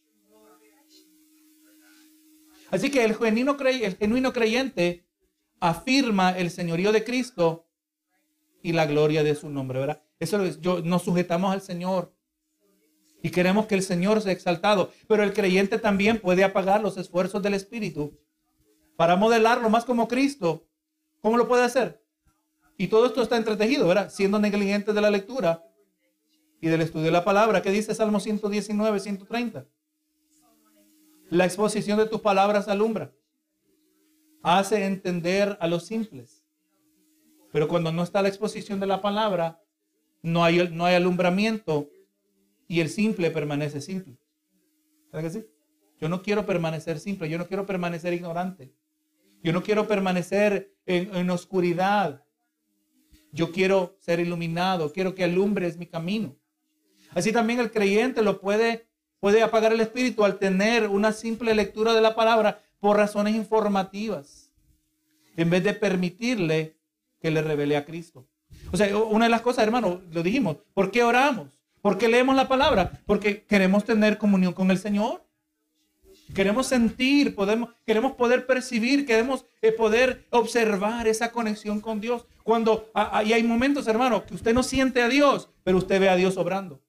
Así que el genuino creyente afirma el señorío de Cristo y la gloria de su nombre, ¿verdad? Eso es, nos sujetamos al Señor y queremos que el Señor sea exaltado. Pero el creyente también puede apagar los esfuerzos del Espíritu para modelarlo más como Cristo. ¿Cómo lo puede hacer? Y todo esto está entretejido, ¿verdad? Siendo negligentes de la lectura y del estudio de la palabra. ¿Qué dice Salmo 119, 130? La exposición de tus palabras alumbra. Hace entender a los simples. Pero cuando no está la exposición de la palabra, no hay alumbramiento y el simple permanece simple. ¿Sabes que sí? Yo no quiero permanecer simple. Yo no quiero permanecer ignorante. Yo no quiero permanecer en oscuridad. Yo quiero ser iluminado. Quiero que alumbres mi camino. Así también el creyente puede apagar el espíritu al tener una simple lectura de la palabra por razones informativas, en vez de permitirle que le revele a Cristo. O sea, una de las cosas, hermano, lo dijimos, ¿por qué oramos? ¿Por qué leemos la palabra? Porque queremos tener comunión con el Señor. Queremos sentir, queremos poder percibir, queremos poder observar esa conexión con Dios. Cuando y hay momentos, hermano, que usted no siente a Dios, pero usted ve a Dios obrando.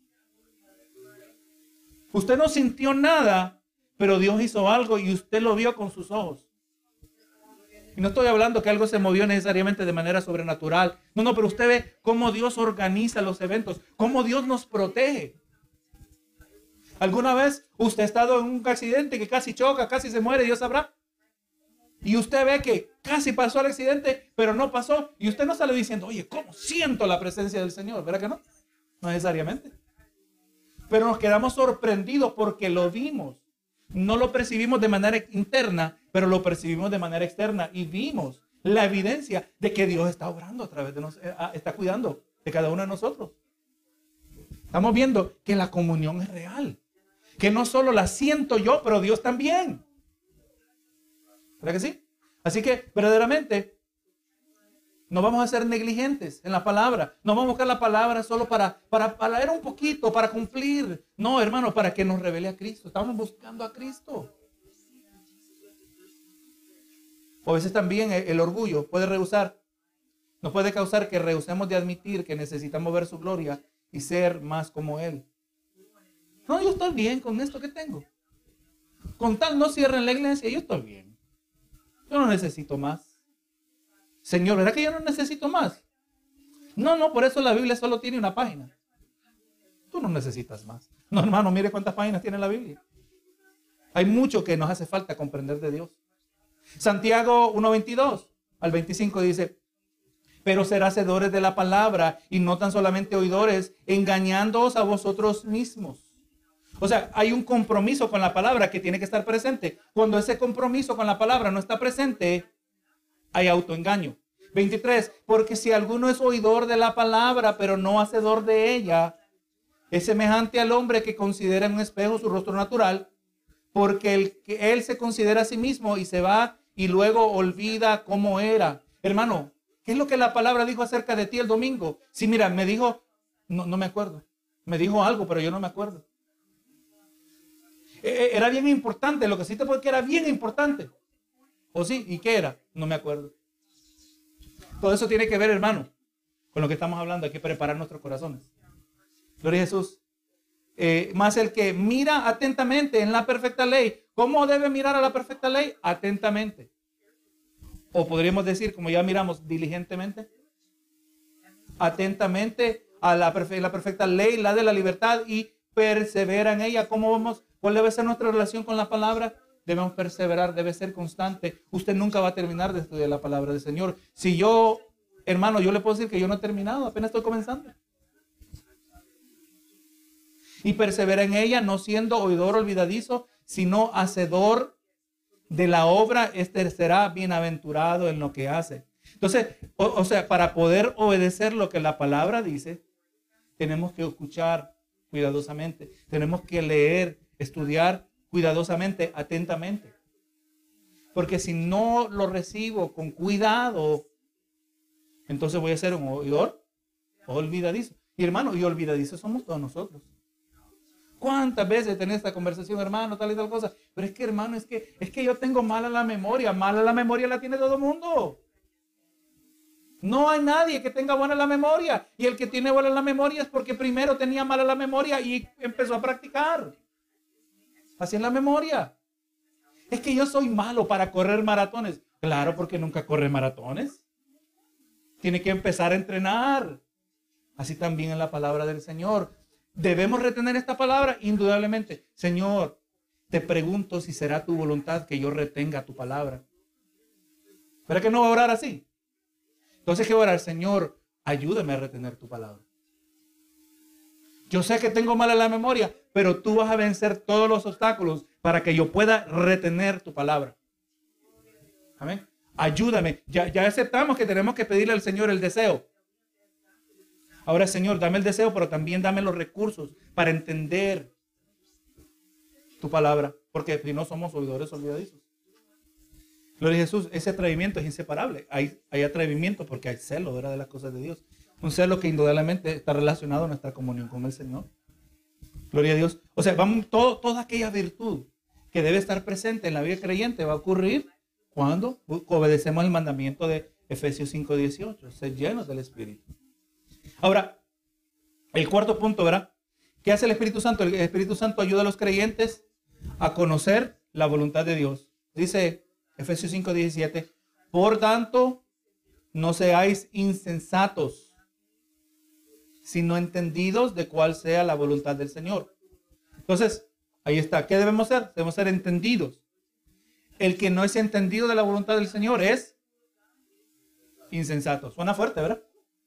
Usted no sintió nada, pero Dios hizo algo y usted lo vio con sus ojos. Y no estoy hablando que algo se movió necesariamente de manera sobrenatural. No, pero usted ve cómo Dios organiza los eventos, cómo Dios nos protege. ¿Alguna vez usted ha estado en un accidente que casi choca, casi se muere, Dios sabrá? Y usted ve que casi pasó el accidente, pero no pasó. Y usted no sale diciendo, oye, ¿cómo siento la presencia del Señor? ¿Verdad que no? No necesariamente. Pero nos quedamos sorprendidos porque lo vimos. No lo percibimos de manera interna, pero lo percibimos de manera externa. Y vimos la evidencia de que Dios está obrando a través de nosotros, está cuidando de cada uno de nosotros. Estamos viendo que la comunión es real. Que no solo la siento yo, pero Dios también. ¿Verdad que sí? Así que verdaderamente no vamos a ser negligentes en la palabra. No vamos a buscar la palabra solo para leer un poquito, para cumplir. No, hermano, para que nos revele a Cristo. Estamos buscando a Cristo. O a veces también el orgullo nos puede causar que rehusemos de admitir que necesitamos ver su gloria y ser más como Él. No, yo estoy bien con esto que tengo. Con tal no cierren la iglesia, yo estoy bien. Yo no necesito más. Señor, ¿verdad que yo no necesito más? No, por eso la Biblia solo tiene una página. Tú no necesitas más. No, hermano, mire cuántas páginas tiene la Biblia. Hay mucho que nos hace falta comprender de Dios. Santiago 1:22 al 25 dice, pero ser hacedores de la palabra y no tan solamente oidores, engañándoos a vosotros mismos. O sea, hay un compromiso con la palabra que tiene que estar presente. Cuando ese compromiso con la palabra no está presente, hay autoengaño. 23, porque si alguno es oidor de la palabra, pero no hacedor de ella, es semejante al hombre que considera en un espejo su rostro natural, porque él se considera a sí mismo y se va y luego olvida cómo era. Hermano, ¿qué es lo que la palabra dijo acerca de ti el domingo? Sí, mira, me dijo, no me acuerdo. Me dijo algo, pero yo no me acuerdo. Era bien importante, lo que sí te puedo decir que era bien importante. ¿O sí? ¿Y qué era? No me acuerdo. Todo eso tiene que ver, hermano, con lo que estamos hablando. Hay que preparar nuestros corazones. Gloria a Jesús. Más el que mira atentamente en la perfecta ley. ¿Cómo debe mirar a la perfecta ley? Atentamente. O podríamos decir, como ya miramos, diligentemente. Atentamente a la perfecta ley, la de la libertad, y persevera en ella. ¿Cómo vamos? ¿Cuál debe ser nuestra relación con la palabra? Debemos perseverar, debe ser constante. Usted nunca va a terminar de estudiar la palabra del Señor. Si yo, hermano, yo le puedo decir que yo no he terminado, apenas estoy comenzando. Y persevera en ella, no siendo oidor olvidadizo, sino hacedor de la obra. Este será bienaventurado en lo que hace. Entonces, o sea, para poder obedecer lo que la palabra dice, tenemos que escuchar cuidadosamente. Tenemos que leer, estudiar cuidadosamente, atentamente. Porque si no lo recibo con cuidado, entonces voy a ser un oidor olvidadizo. Y hermano, y olvidadizo somos todos nosotros. ¿Cuántas veces tenés esta conversación, hermano, tal y tal cosa? Pero es que, hermano, es que yo tengo mala la memoria. Mala la memoria la tiene todo el mundo. No hay nadie que tenga buena la memoria. Y el que tiene buena la memoria es porque primero tenía mala la memoria y empezó a practicar. Así es la memoria. Es que yo soy malo para correr maratones. Claro, porque nunca corre maratones. Tiene que empezar a entrenar. Así también en la palabra del Señor. ¿Debemos retener esta palabra? Indudablemente. Señor, te pregunto si será tu voluntad que yo retenga tu palabra. ¿Pero que no va a orar así? Entonces, ¿qué va a orar? Señor, ayúdame a retener tu palabra. Yo sé que tengo mala la memoria, pero tú vas a vencer todos los obstáculos para que yo pueda retener tu palabra. Amén. Ayúdame. Ya aceptamos que tenemos que pedirle al Señor el deseo. Ahora, Señor, dame el deseo, pero también dame los recursos para entender tu palabra. Porque si no somos oidores olvidadizos. Gloria a Jesús, ese atrevimiento es inseparable. Hay atrevimiento porque hay celo, ¿verdad?, de las cosas de Dios. Un celo que indudablemente está relacionado a nuestra comunión con el Señor. Gloria a Dios. O sea, toda aquella virtud que debe estar presente en la vida creyente va a ocurrir cuando obedecemos el mandamiento de Efesios 5:18. Ser llenos del Espíritu. Ahora, el cuarto punto, ¿verdad? ¿Qué hace el Espíritu Santo? El Espíritu Santo ayuda a los creyentes a conocer la voluntad de Dios. Dice Efesios 5:17, por tanto, no seáis insensatos, sino entendidos de cuál sea la voluntad del Señor. Entonces, ahí está. ¿Qué debemos ser? Debemos ser entendidos. El que no es entendido de la voluntad del Señor es insensato. Suena fuerte, ¿verdad?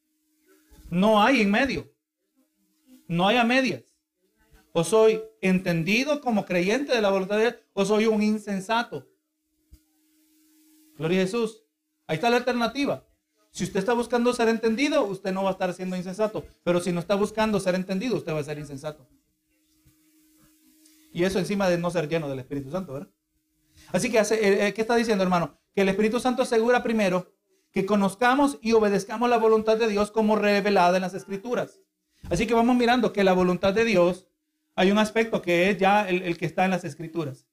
No hay en medio. No hay a medias. O soy entendido como creyente de la voluntad de Dios, o soy un insensato. Gloria a Jesús. Ahí está la alternativa. Si usted está buscando ser entendido, usted no va a estar siendo insensato. Pero si no está buscando ser entendido, usted va a ser insensato. Y eso encima de no ser lleno del Espíritu Santo, ¿verdad? Así que, ¿qué está diciendo, hermano? Que el Espíritu Santo asegura primero que conozcamos y obedezcamos la voluntad de Dios como revelada en las Escrituras. Así que vamos mirando que la voluntad de Dios, hay un aspecto que es ya el que está en las Escrituras.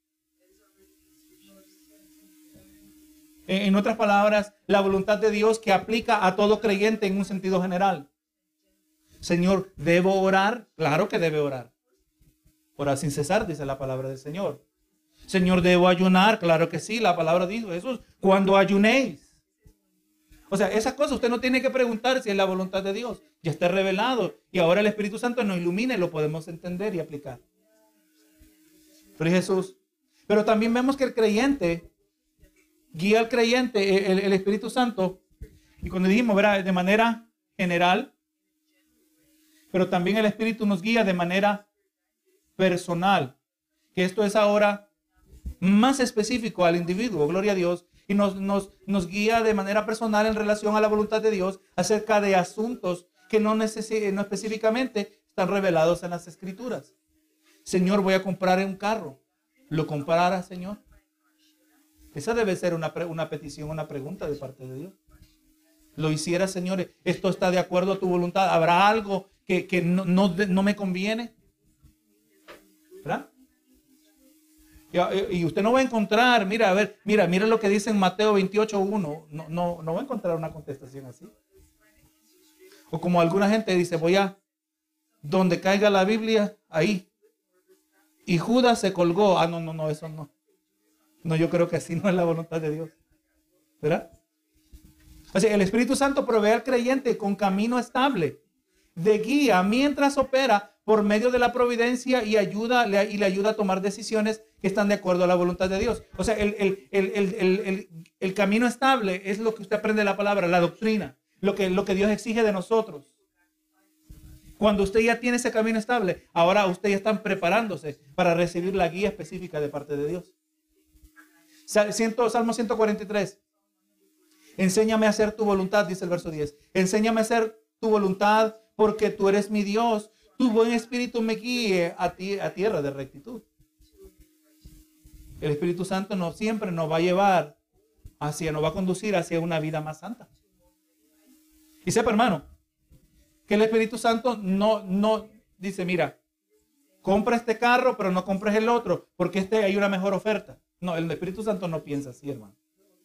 En otras palabras, la voluntad de Dios que aplica a todo creyente en un sentido general. Señor, ¿debo orar? Claro que debe orar. Orar sin cesar, dice la palabra del Señor. Señor, ¿debo ayunar? Claro que sí, la palabra dice Jesús, cuando ayunéis. O sea, esas cosas usted no tiene que preguntar si es la voluntad de Dios. Ya está revelado. Y ahora el Espíritu Santo nos ilumina y lo podemos entender y aplicar. Pero Jesús. Pero también vemos que el creyente guía al creyente, el Espíritu Santo. Y cuando dijimos, ¿verdad?, de manera general. Pero también el Espíritu nos guía de manera personal. Que esto es ahora más específico al individuo. Gloria a Dios. Y nos guía de manera personal en relación a la voluntad de Dios acerca de asuntos que no específicamente están revelados en las Escrituras. Señor, voy a comprar un carro. lo comprara, Señor? Esa debe ser una petición, una pregunta de parte de Dios. Lo hiciera, Señor, esto está de acuerdo a tu voluntad. ¿Habrá algo que no me conviene? ¿Verdad? Y usted no va a encontrar, mira lo que dice en Mateo 28:1. No va a encontrar una contestación así. O como alguna gente dice, voy a donde caiga la Biblia, ahí. Y Judas se colgó. No, eso no. No, yo creo que así no es la voluntad de Dios. ¿Verdad? O sea, el Espíritu Santo provee al creyente con camino estable, de guía, mientras opera por medio de la providencia y le ayuda a tomar decisiones que están de acuerdo a la voluntad de Dios. O sea, el camino estable es lo que usted aprende de la palabra, la doctrina, lo que Dios exige de nosotros. Cuando usted ya tiene ese camino estable, ahora usted ya está preparándose para recibir la guía específica de parte de Dios. Salmo 143. Enséñame a hacer tu voluntad, dice el verso 10. Enséñame a hacer tu voluntad porque tú eres mi Dios. Tu buen espíritu me guíe a tierra de rectitud. El Espíritu Santo siempre nos va a llevar nos va a conducir hacia una vida más santa. Y sepa, hermano, que el Espíritu Santo no dice, mira, compra este carro, pero no compres el otro, porque hay una mejor oferta. No, el Espíritu Santo no piensa así, hermano.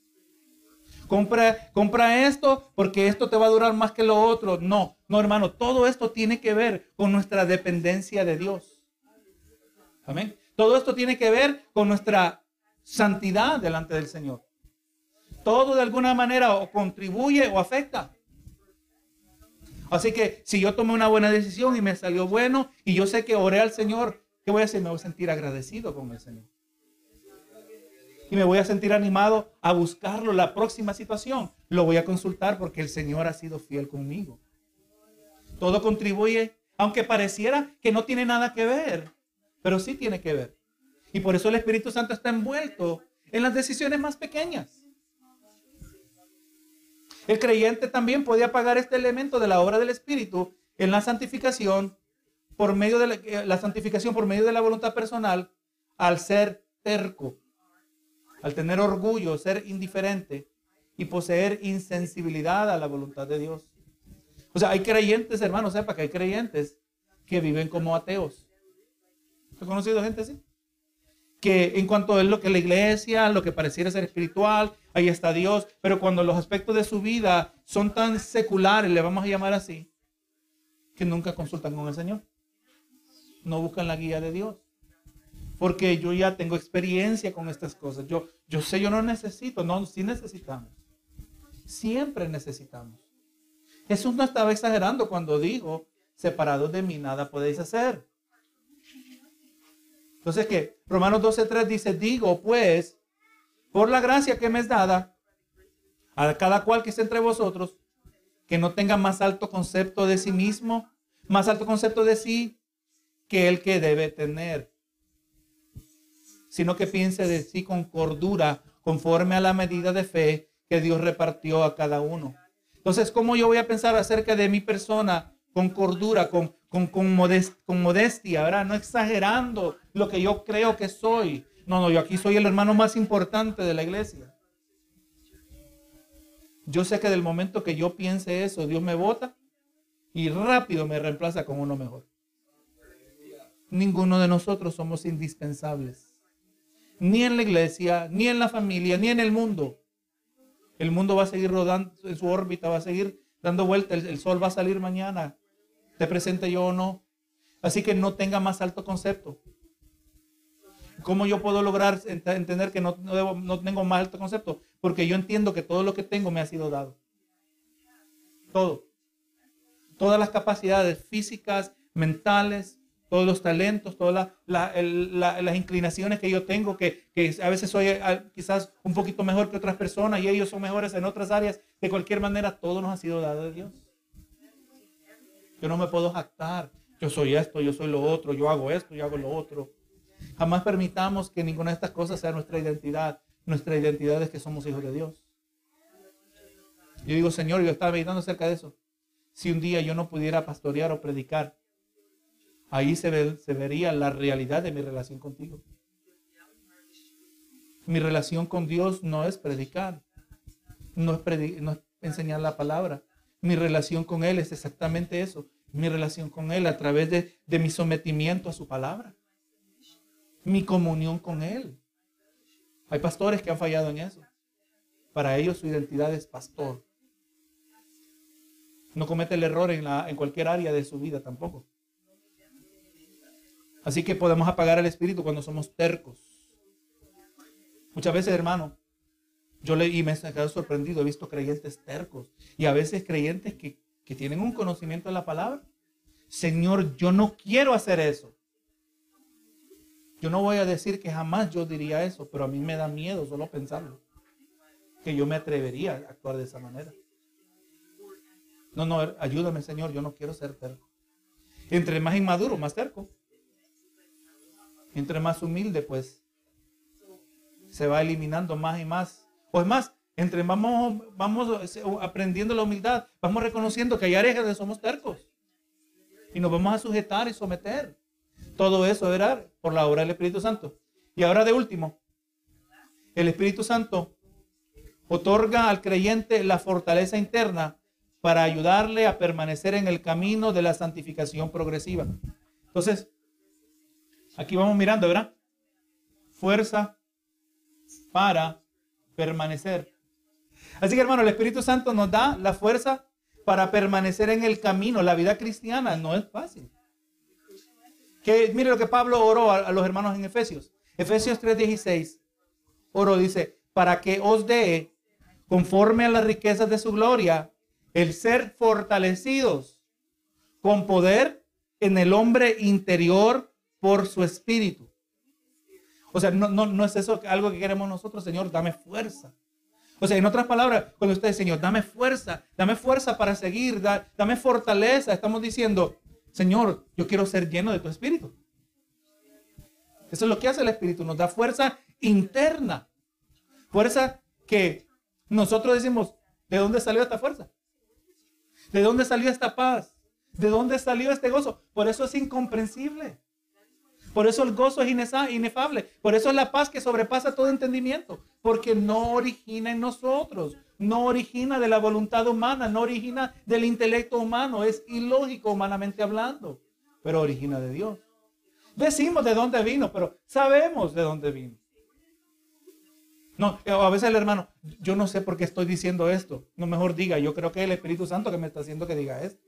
Compra esto porque esto te va a durar más que lo otro. No, hermano, todo esto tiene que ver con nuestra dependencia de Dios. Amén. Todo esto tiene que ver con nuestra santidad delante del Señor. Todo de alguna manera o contribuye o afecta. Así que si yo tomé una buena decisión y me salió bueno y yo sé que oré al Señor, ¿qué voy a hacer? Me voy a sentir agradecido con el Señor. Y me voy a sentir animado a buscarlo. La próxima situación lo voy a consultar porque el Señor ha sido fiel conmigo. Todo contribuye, aunque pareciera que no tiene nada que ver, pero sí tiene que ver. Y por eso el Espíritu Santo está envuelto en las decisiones más pequeñas. El creyente también puede apagar este elemento de la obra del Espíritu en la santificación por medio de la santificación por medio de la voluntad personal al ser terco. Al tener orgullo, ser indiferente y poseer insensibilidad a la voluntad de Dios. O sea, hay creyentes, hermanos, sepa que hay creyentes que viven como ateos. ¿Has conocido gente así? Que en cuanto a lo que la iglesia, lo que pareciera ser espiritual, ahí está Dios, pero cuando los aspectos de su vida son tan seculares, le vamos a llamar así, que nunca consultan con el Señor. No buscan la guía de Dios. Porque yo ya tengo experiencia con estas cosas. Yo sé, yo no necesito. No, sí necesitamos. Siempre necesitamos. Jesús no estaba exagerando cuando dijo, separados de mí nada podéis hacer. Entonces, ¿qué? Romanos 12:3 dice, digo pues, por la gracia que me es dada, a cada cual que esté entre vosotros, que no tenga más alto concepto de sí mismo, más alto concepto de sí, que el que debe tener, sino que piense de sí con cordura, conforme a la medida de fe que Dios repartió a cada uno. Entonces, ¿cómo yo voy a pensar acerca de mi persona con cordura, con modestia, ¿verdad? No exagerando lo que yo creo que soy. No, yo aquí soy el hermano más importante de la iglesia. Yo sé que del momento que yo piense eso, Dios me bota y rápido me reemplaza con uno mejor. Ninguno de nosotros somos indispensables. Ni en la iglesia, ni en la familia, ni en el mundo. El mundo va a seguir rodando en su órbita, va a seguir dando vuelta. El sol va a salir mañana, te presente yo o no. Así que no tenga más alto concepto. ¿Cómo yo puedo lograr entender que no tengo más alto concepto? Porque yo entiendo que todo lo que tengo me ha sido dado. Todo. Todas las capacidades físicas, mentales, todos los talentos, todas las inclinaciones que yo tengo, que a veces soy quizás un poquito mejor que otras personas y ellos son mejores en otras áreas. De cualquier manera, todo nos ha sido dado de Dios. Yo no me puedo jactar. Yo soy esto, yo soy lo otro, yo hago esto, yo hago lo otro. Jamás permitamos que ninguna de estas cosas sea nuestra identidad. Nuestra identidad es que somos hijos de Dios. Yo digo, Señor, yo estaba meditando acerca de eso. Si un día yo no pudiera pastorear o predicar, ahí se vería la realidad de mi relación contigo. Mi relación con Dios no es predicar, no es enseñar la palabra. Mi relación con Él es exactamente eso. Mi relación con Él a través de mi sometimiento a su palabra. Mi comunión con Él. Hay pastores que han fallado en eso. Para ellos su identidad es pastor. No comete el error en cualquier área de su vida tampoco. Así que podemos apagar el espíritu cuando somos tercos. Muchas veces, hermano, y me he quedado sorprendido, he visto creyentes tercos y a veces creyentes que tienen un conocimiento de la palabra. Señor, yo no quiero hacer eso. Yo no voy a decir que jamás yo diría eso, pero a mí me da miedo solo pensarlo. Que yo me atrevería a actuar de esa manera. No, ayúdame, Señor, yo no quiero ser terco. Entre más inmaduro, más terco. Entre más humilde, pues, se va eliminando más y más. O es más, entre vamos aprendiendo la humildad, vamos reconociendo que hay áreas donde somos tercos. Y nos vamos a sujetar y someter. Todo eso era por la obra del Espíritu Santo. Y ahora de último, el Espíritu Santo otorga al creyente la fortaleza interna para ayudarle a permanecer en el camino de la santificación progresiva. Entonces, aquí vamos mirando, ¿verdad? Fuerza para permanecer. Así que, hermano, el Espíritu Santo nos da la fuerza para permanecer en el camino. La vida cristiana no es fácil. Mire lo que Pablo oró a los hermanos en Efesios. Efesios 3:16. Oró, dice, para que os dé, conforme a las riquezas de su gloria, el ser fortalecidos con poder en el hombre interior por su espíritu. O sea, no es eso algo que queremos nosotros. Señor, dame fuerza. O sea, en otras palabras, cuando usted dice, Señor, dame fuerza para seguir, dame fortaleza, estamos diciendo, Señor, yo quiero ser lleno de tu espíritu. Eso es lo que hace el espíritu, nos da fuerza interna. Fuerza que nosotros decimos, ¿de dónde salió esta fuerza? ¿De dónde salió esta paz? ¿De dónde salió este gozo? Por eso es incomprensible. Por eso el gozo es inefable. Por eso es la paz que sobrepasa todo entendimiento. Porque no origina en nosotros. No origina de la voluntad humana. No origina del intelecto humano. Es ilógico humanamente hablando. Pero origina de Dios. Decimos de dónde vino, pero sabemos de dónde vino. No, a veces el hermano, yo no sé por qué estoy diciendo esto. No, mejor diga, yo creo que es el Espíritu Santo que me está haciendo que diga esto.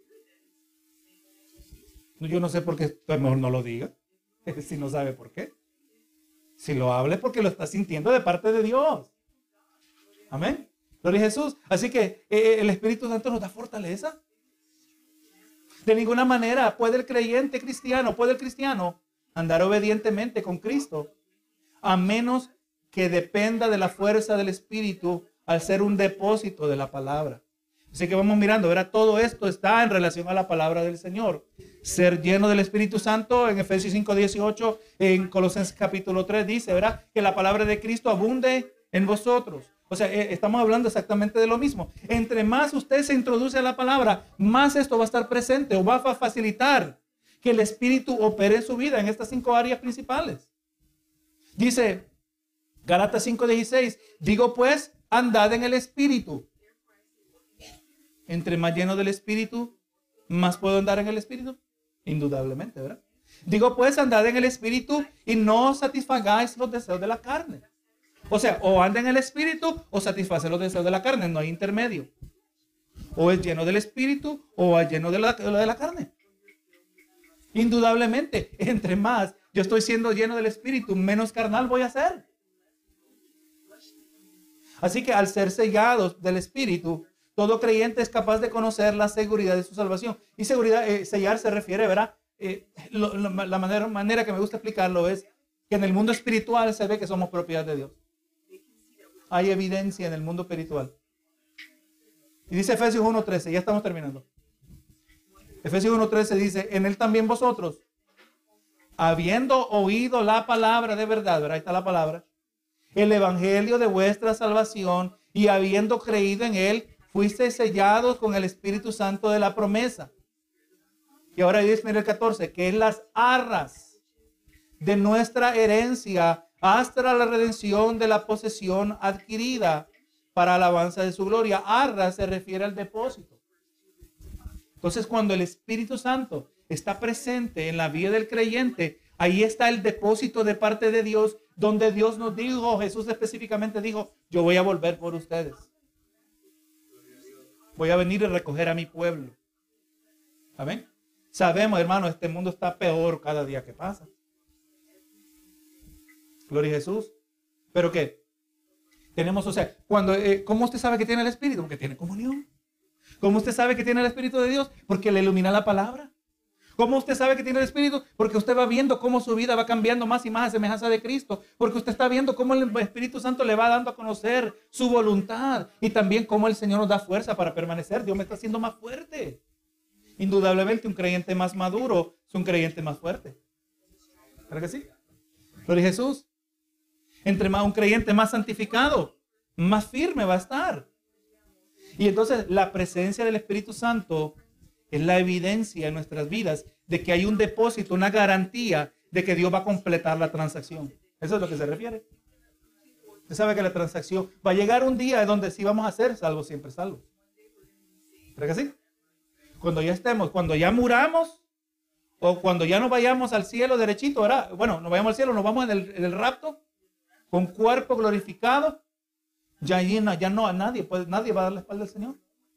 Yo no sé por qué, pues mejor no lo diga. Si no sabe por qué. Si lo habla es porque lo está sintiendo de parte de Dios. Amén. Gloria a Jesús. Así que el Espíritu Santo nos da fortaleza. De ninguna manera puede el creyente cristiano, puede el cristiano andar obedientemente con Cristo, a menos que dependa de la fuerza del Espíritu al ser un depósito de la palabra. Así que vamos mirando, ¿verdad? Todo esto está en relación a la palabra del Señor. Ser lleno del Espíritu Santo, en Efesios 5:18, en Colosenses capítulo 3 dice, ¿verdad? Que la palabra de Cristo abunde en vosotros. O sea, estamos hablando exactamente de lo mismo. Entre más usted se introduce a la palabra, más esto va a estar presente o va a facilitar que el Espíritu opere en su vida en estas 5 áreas principales. Dice Gálatas 5:16, digo pues, andad en el Espíritu. Entre más lleno del Espíritu, más puedo andar en el Espíritu. Indudablemente, ¿verdad? Digo pues, andad en el Espíritu y no satisfagáis los deseos de la carne. O sea, o anda en el Espíritu o satisface los deseos de la carne. No hay intermedio. O es lleno del Espíritu o es lleno de la carne. Indudablemente, entre más yo estoy siendo lleno del Espíritu, menos carnal voy a ser. Así que al ser sellados del Espíritu, todo creyente es capaz de conocer la seguridad de su salvación. Y seguridad, sellar se refiere, ¿verdad? La manera que me gusta explicarlo es que en el mundo espiritual se ve que somos propiedad de Dios. Hay evidencia en el mundo espiritual. Y dice Efesios 1:13, ya estamos terminando. Efesios 1:13 dice, en él también vosotros, habiendo oído la palabra de verdad, ¿verdad? Ahí está la palabra, el evangelio de vuestra salvación, y habiendo creído en él, fuisteis sellados con el Espíritu Santo de la promesa. Y ahora dice, mira el 14, que es las arras de nuestra herencia hasta la redención de la posesión adquirida para alabanza de su gloria. Arra se refiere al depósito. Entonces, cuando el Espíritu Santo está presente en la vida del creyente, ahí está el depósito de parte de Dios, donde Dios nos dijo, Jesús específicamente dijo, yo voy a volver por ustedes. Voy a venir y recoger a mi pueblo. ¿Amén? Sabemos, hermano, este mundo está peor cada día que pasa. Gloria a Jesús. ¿Pero qué? Tenemos, o sea, ¿cómo usted sabe que tiene el Espíritu? Porque tiene comunión. ¿Cómo usted sabe que tiene el Espíritu de Dios? Porque le ilumina la palabra. ¿Cómo usted sabe que tiene el Espíritu? Porque usted va viendo cómo su vida va cambiando más y más a semejanza de Cristo. Porque usted está viendo cómo el Espíritu Santo le va dando a conocer su voluntad. Y también cómo el Señor nos da fuerza para permanecer. Dios me está haciendo más fuerte. Indudablemente un creyente más maduro es un creyente más fuerte. ¿Verdad que sí? Gloria a Jesús. Entre más un creyente más santificado, más firme va a estar. Y entonces la presencia del Espíritu Santo es la evidencia en nuestras vidas de que hay un depósito, una garantía de que Dios va a completar la transacción. Eso es a lo que se refiere. Usted sabe que la transacción va a llegar un día donde sí vamos a ser salvos, siempre salvos. ¿Verdad que sí? Cuando ya estemos, cuando ya muramos o cuando ya nos vayamos al cielo derechito, ¿verdad? Bueno, nos vayamos al cielo, nos vamos en el rapto con cuerpo glorificado. Ya no a nadie, pues nadie va a dar la espalda al Señor.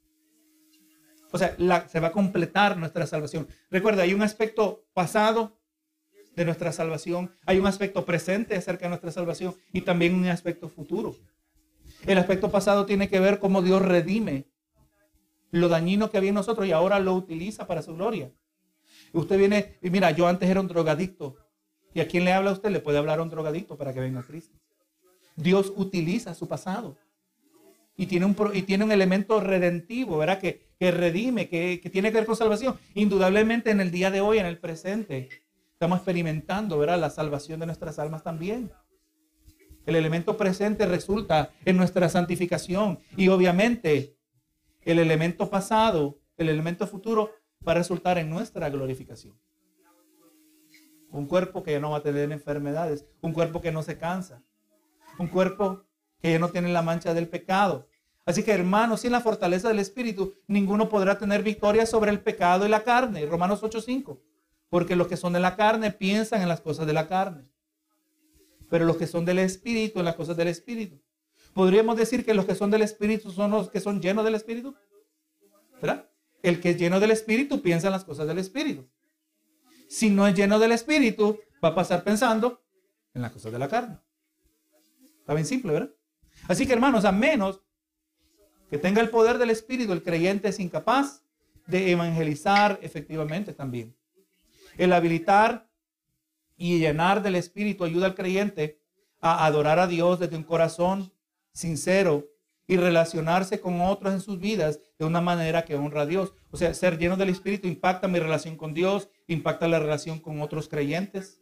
O sea, se va a completar nuestra salvación. Recuerda, hay un aspecto pasado de nuestra salvación, hay un aspecto presente acerca de nuestra salvación y también un aspecto futuro. El aspecto pasado tiene que ver cómo Dios redime lo dañino que había en nosotros y ahora lo utiliza para su gloria. Usted viene y mira, yo antes era un drogadicto. ¿Y a quién le habla a usted? Le puede hablar a un drogadicto para que venga a Cristo. Dios utiliza su pasado. Y tiene un elemento redentivo, ¿verdad? Que redime, que tiene que ver con salvación. Indudablemente en el día de hoy, en el presente, estamos experimentando, ¿verdad? La salvación de nuestras almas también. El elemento presente resulta en nuestra santificación. Y obviamente el elemento pasado, el elemento futuro, va a resultar en nuestra glorificación. Un cuerpo que ya no va a tener enfermedades. Un cuerpo que no se cansa. Un cuerpo que ya no tiene la mancha del pecado. Así que, hermanos, sin la fortaleza del Espíritu, ninguno podrá tener victoria sobre el pecado y la carne. Romanos 8:5. Porque los que son de la carne piensan en las cosas de la carne. Pero los que son del Espíritu, en las cosas del Espíritu. ¿Podríamos decir que los que son del Espíritu son los que son llenos del Espíritu? ¿Verdad? El que es lleno del Espíritu piensa en las cosas del Espíritu. Si no es lleno del Espíritu, va a pasar pensando en las cosas de la carne. Está bien simple, ¿verdad? Así que, hermanos, a menos que tenga el poder del Espíritu, el creyente es incapaz de evangelizar efectivamente también. El habilitar y llenar del Espíritu ayuda al creyente a adorar a Dios desde un corazón sincero y relacionarse con otros en sus vidas de una manera que honra a Dios. O sea, ser lleno del Espíritu impacta mi relación con Dios, impacta la relación con otros creyentes.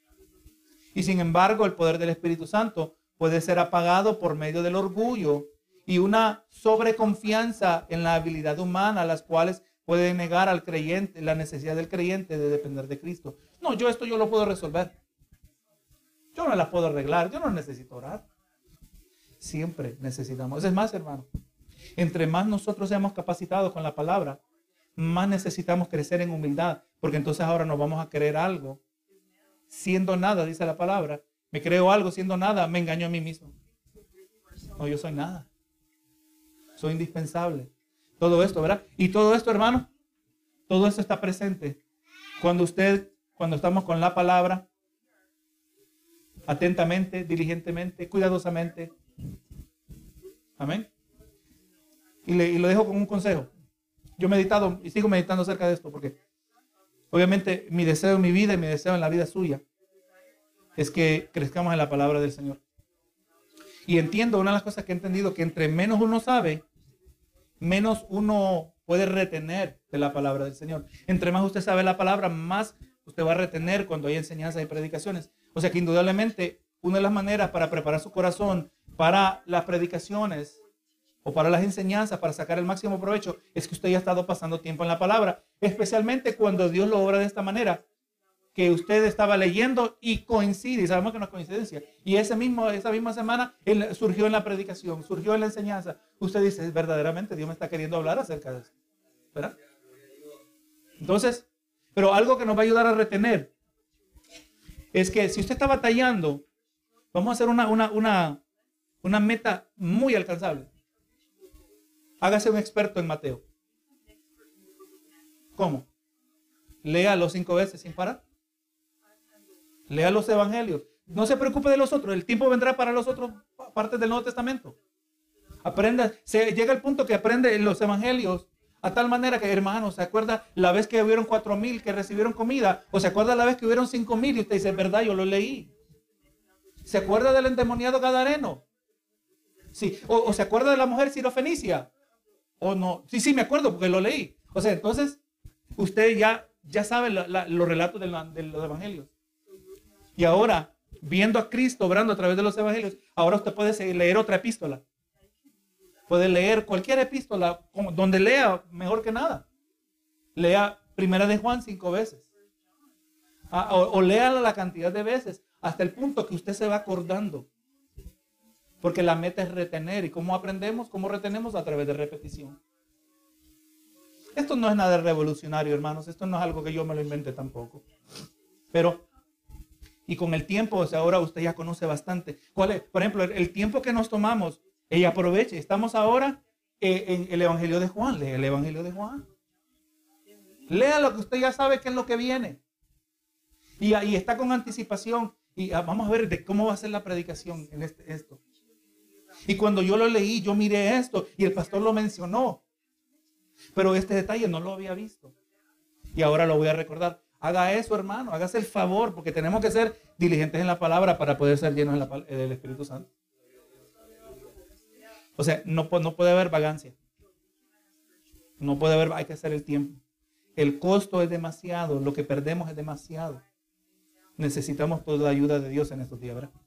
Y sin embargo, el poder del Espíritu Santo puede ser apagado por medio del orgullo y una sobreconfianza en la habilidad humana, las cuales pueden negar al creyente la necesidad del creyente de depender de Cristo. No, yo lo puedo resolver. Yo no la puedo arreglar, yo no necesito orar. Siempre necesitamos. Es más, hermano, entre más nosotros seamos capacitados con la palabra, más necesitamos crecer en humildad, porque entonces ahora nos vamos a creer algo siendo nada, dice la palabra. Me creo algo siendo nada, me engaño a mí mismo. No, yo soy nada. Soy indispensable. Todo esto, ¿verdad? Y todo esto, hermano, todo esto está presente cuando estamos con la palabra, atentamente, diligentemente, cuidadosamente. Amén. Y lo dejo con un consejo. Yo he meditado y sigo meditando acerca de esto porque obviamente mi deseo en mi vida y mi deseo en la vida suya es que crezcamos en la palabra del Señor. Y entiendo, una de las cosas que he entendido, que entre menos uno sabe, menos uno puede retener de la palabra del Señor. Entre más usted sabe la palabra, más usted va a retener cuando hay enseñanzas y predicaciones. O sea que indudablemente una de las maneras para preparar su corazón para las predicaciones o para las enseñanzas, para sacar el máximo provecho, es que usted ya ha estado pasando tiempo en la palabra, especialmente cuando Dios lo obra de esta manera. que usted estaba leyendo y coincide, y sabemos que no es coincidencia. Y esa misma semana surgió en la predicación, surgió en la enseñanza. Usted dice, verdaderamente Dios me está queriendo hablar acerca de esto, ¿verdad? Entonces, pero algo que nos va a ayudar a retener es que si usted está batallando, vamos a hacer una meta muy alcanzable. Hágase un experto en Mateo. ¿Cómo? Léalo 5 veces sin parar. Lea los evangelios. No se preocupe de los otros. El tiempo vendrá para los otros partes del Nuevo Testamento. Aprenda. Llega el punto que aprende los evangelios a tal manera que, hermanos, ¿se acuerda la vez que hubieron 4,000 que recibieron comida? ¿O se acuerda la vez que hubieron 5,000? Y usted dice, verdad, yo lo leí. ¿Se acuerda del endemoniado gadareno? Sí. ¿O se acuerda de la mujer sirofenicia? ¿O no? Sí, me acuerdo porque lo leí. O sea, entonces, usted ya sabe los relatos de los evangelios. Y ahora, viendo a Cristo obrando a través de los evangelios, ahora usted puede leer otra epístola. Puede leer cualquier epístola, donde lea mejor que nada. Lea 1 de Juan 5 veces. O léala la cantidad de veces, hasta el punto que usted se va acordando. Porque la meta es retener. ¿Y cómo aprendemos? ¿Cómo retenemos? A través de repetición. Esto no es nada revolucionario, hermanos. Esto no es algo que yo me lo invente tampoco. Pero, y con el tiempo, o sea, ahora usted ya conoce bastante. ¿Cuál es? Por ejemplo, el tiempo que nos tomamos, ella aproveche. Estamos ahora en el Evangelio de Juan. Lea el Evangelio de Juan. Lea lo que usted ya sabe que es lo que viene. Y está con anticipación. Y vamos a ver de cómo va a ser la predicación en esto. Y cuando yo lo leí, yo miré esto y el pastor lo mencionó. Pero este detalle no lo había visto. Y ahora lo voy a recordar. Haga eso, hermano. Hágase el favor, porque tenemos que ser diligentes en la palabra para poder ser llenos del Espíritu Santo. O sea, no puede haber vagancia. No puede haber, hay que hacer el tiempo. El costo es demasiado. Lo que perdemos es demasiado. Necesitamos toda la ayuda de Dios en estos días, ¿verdad?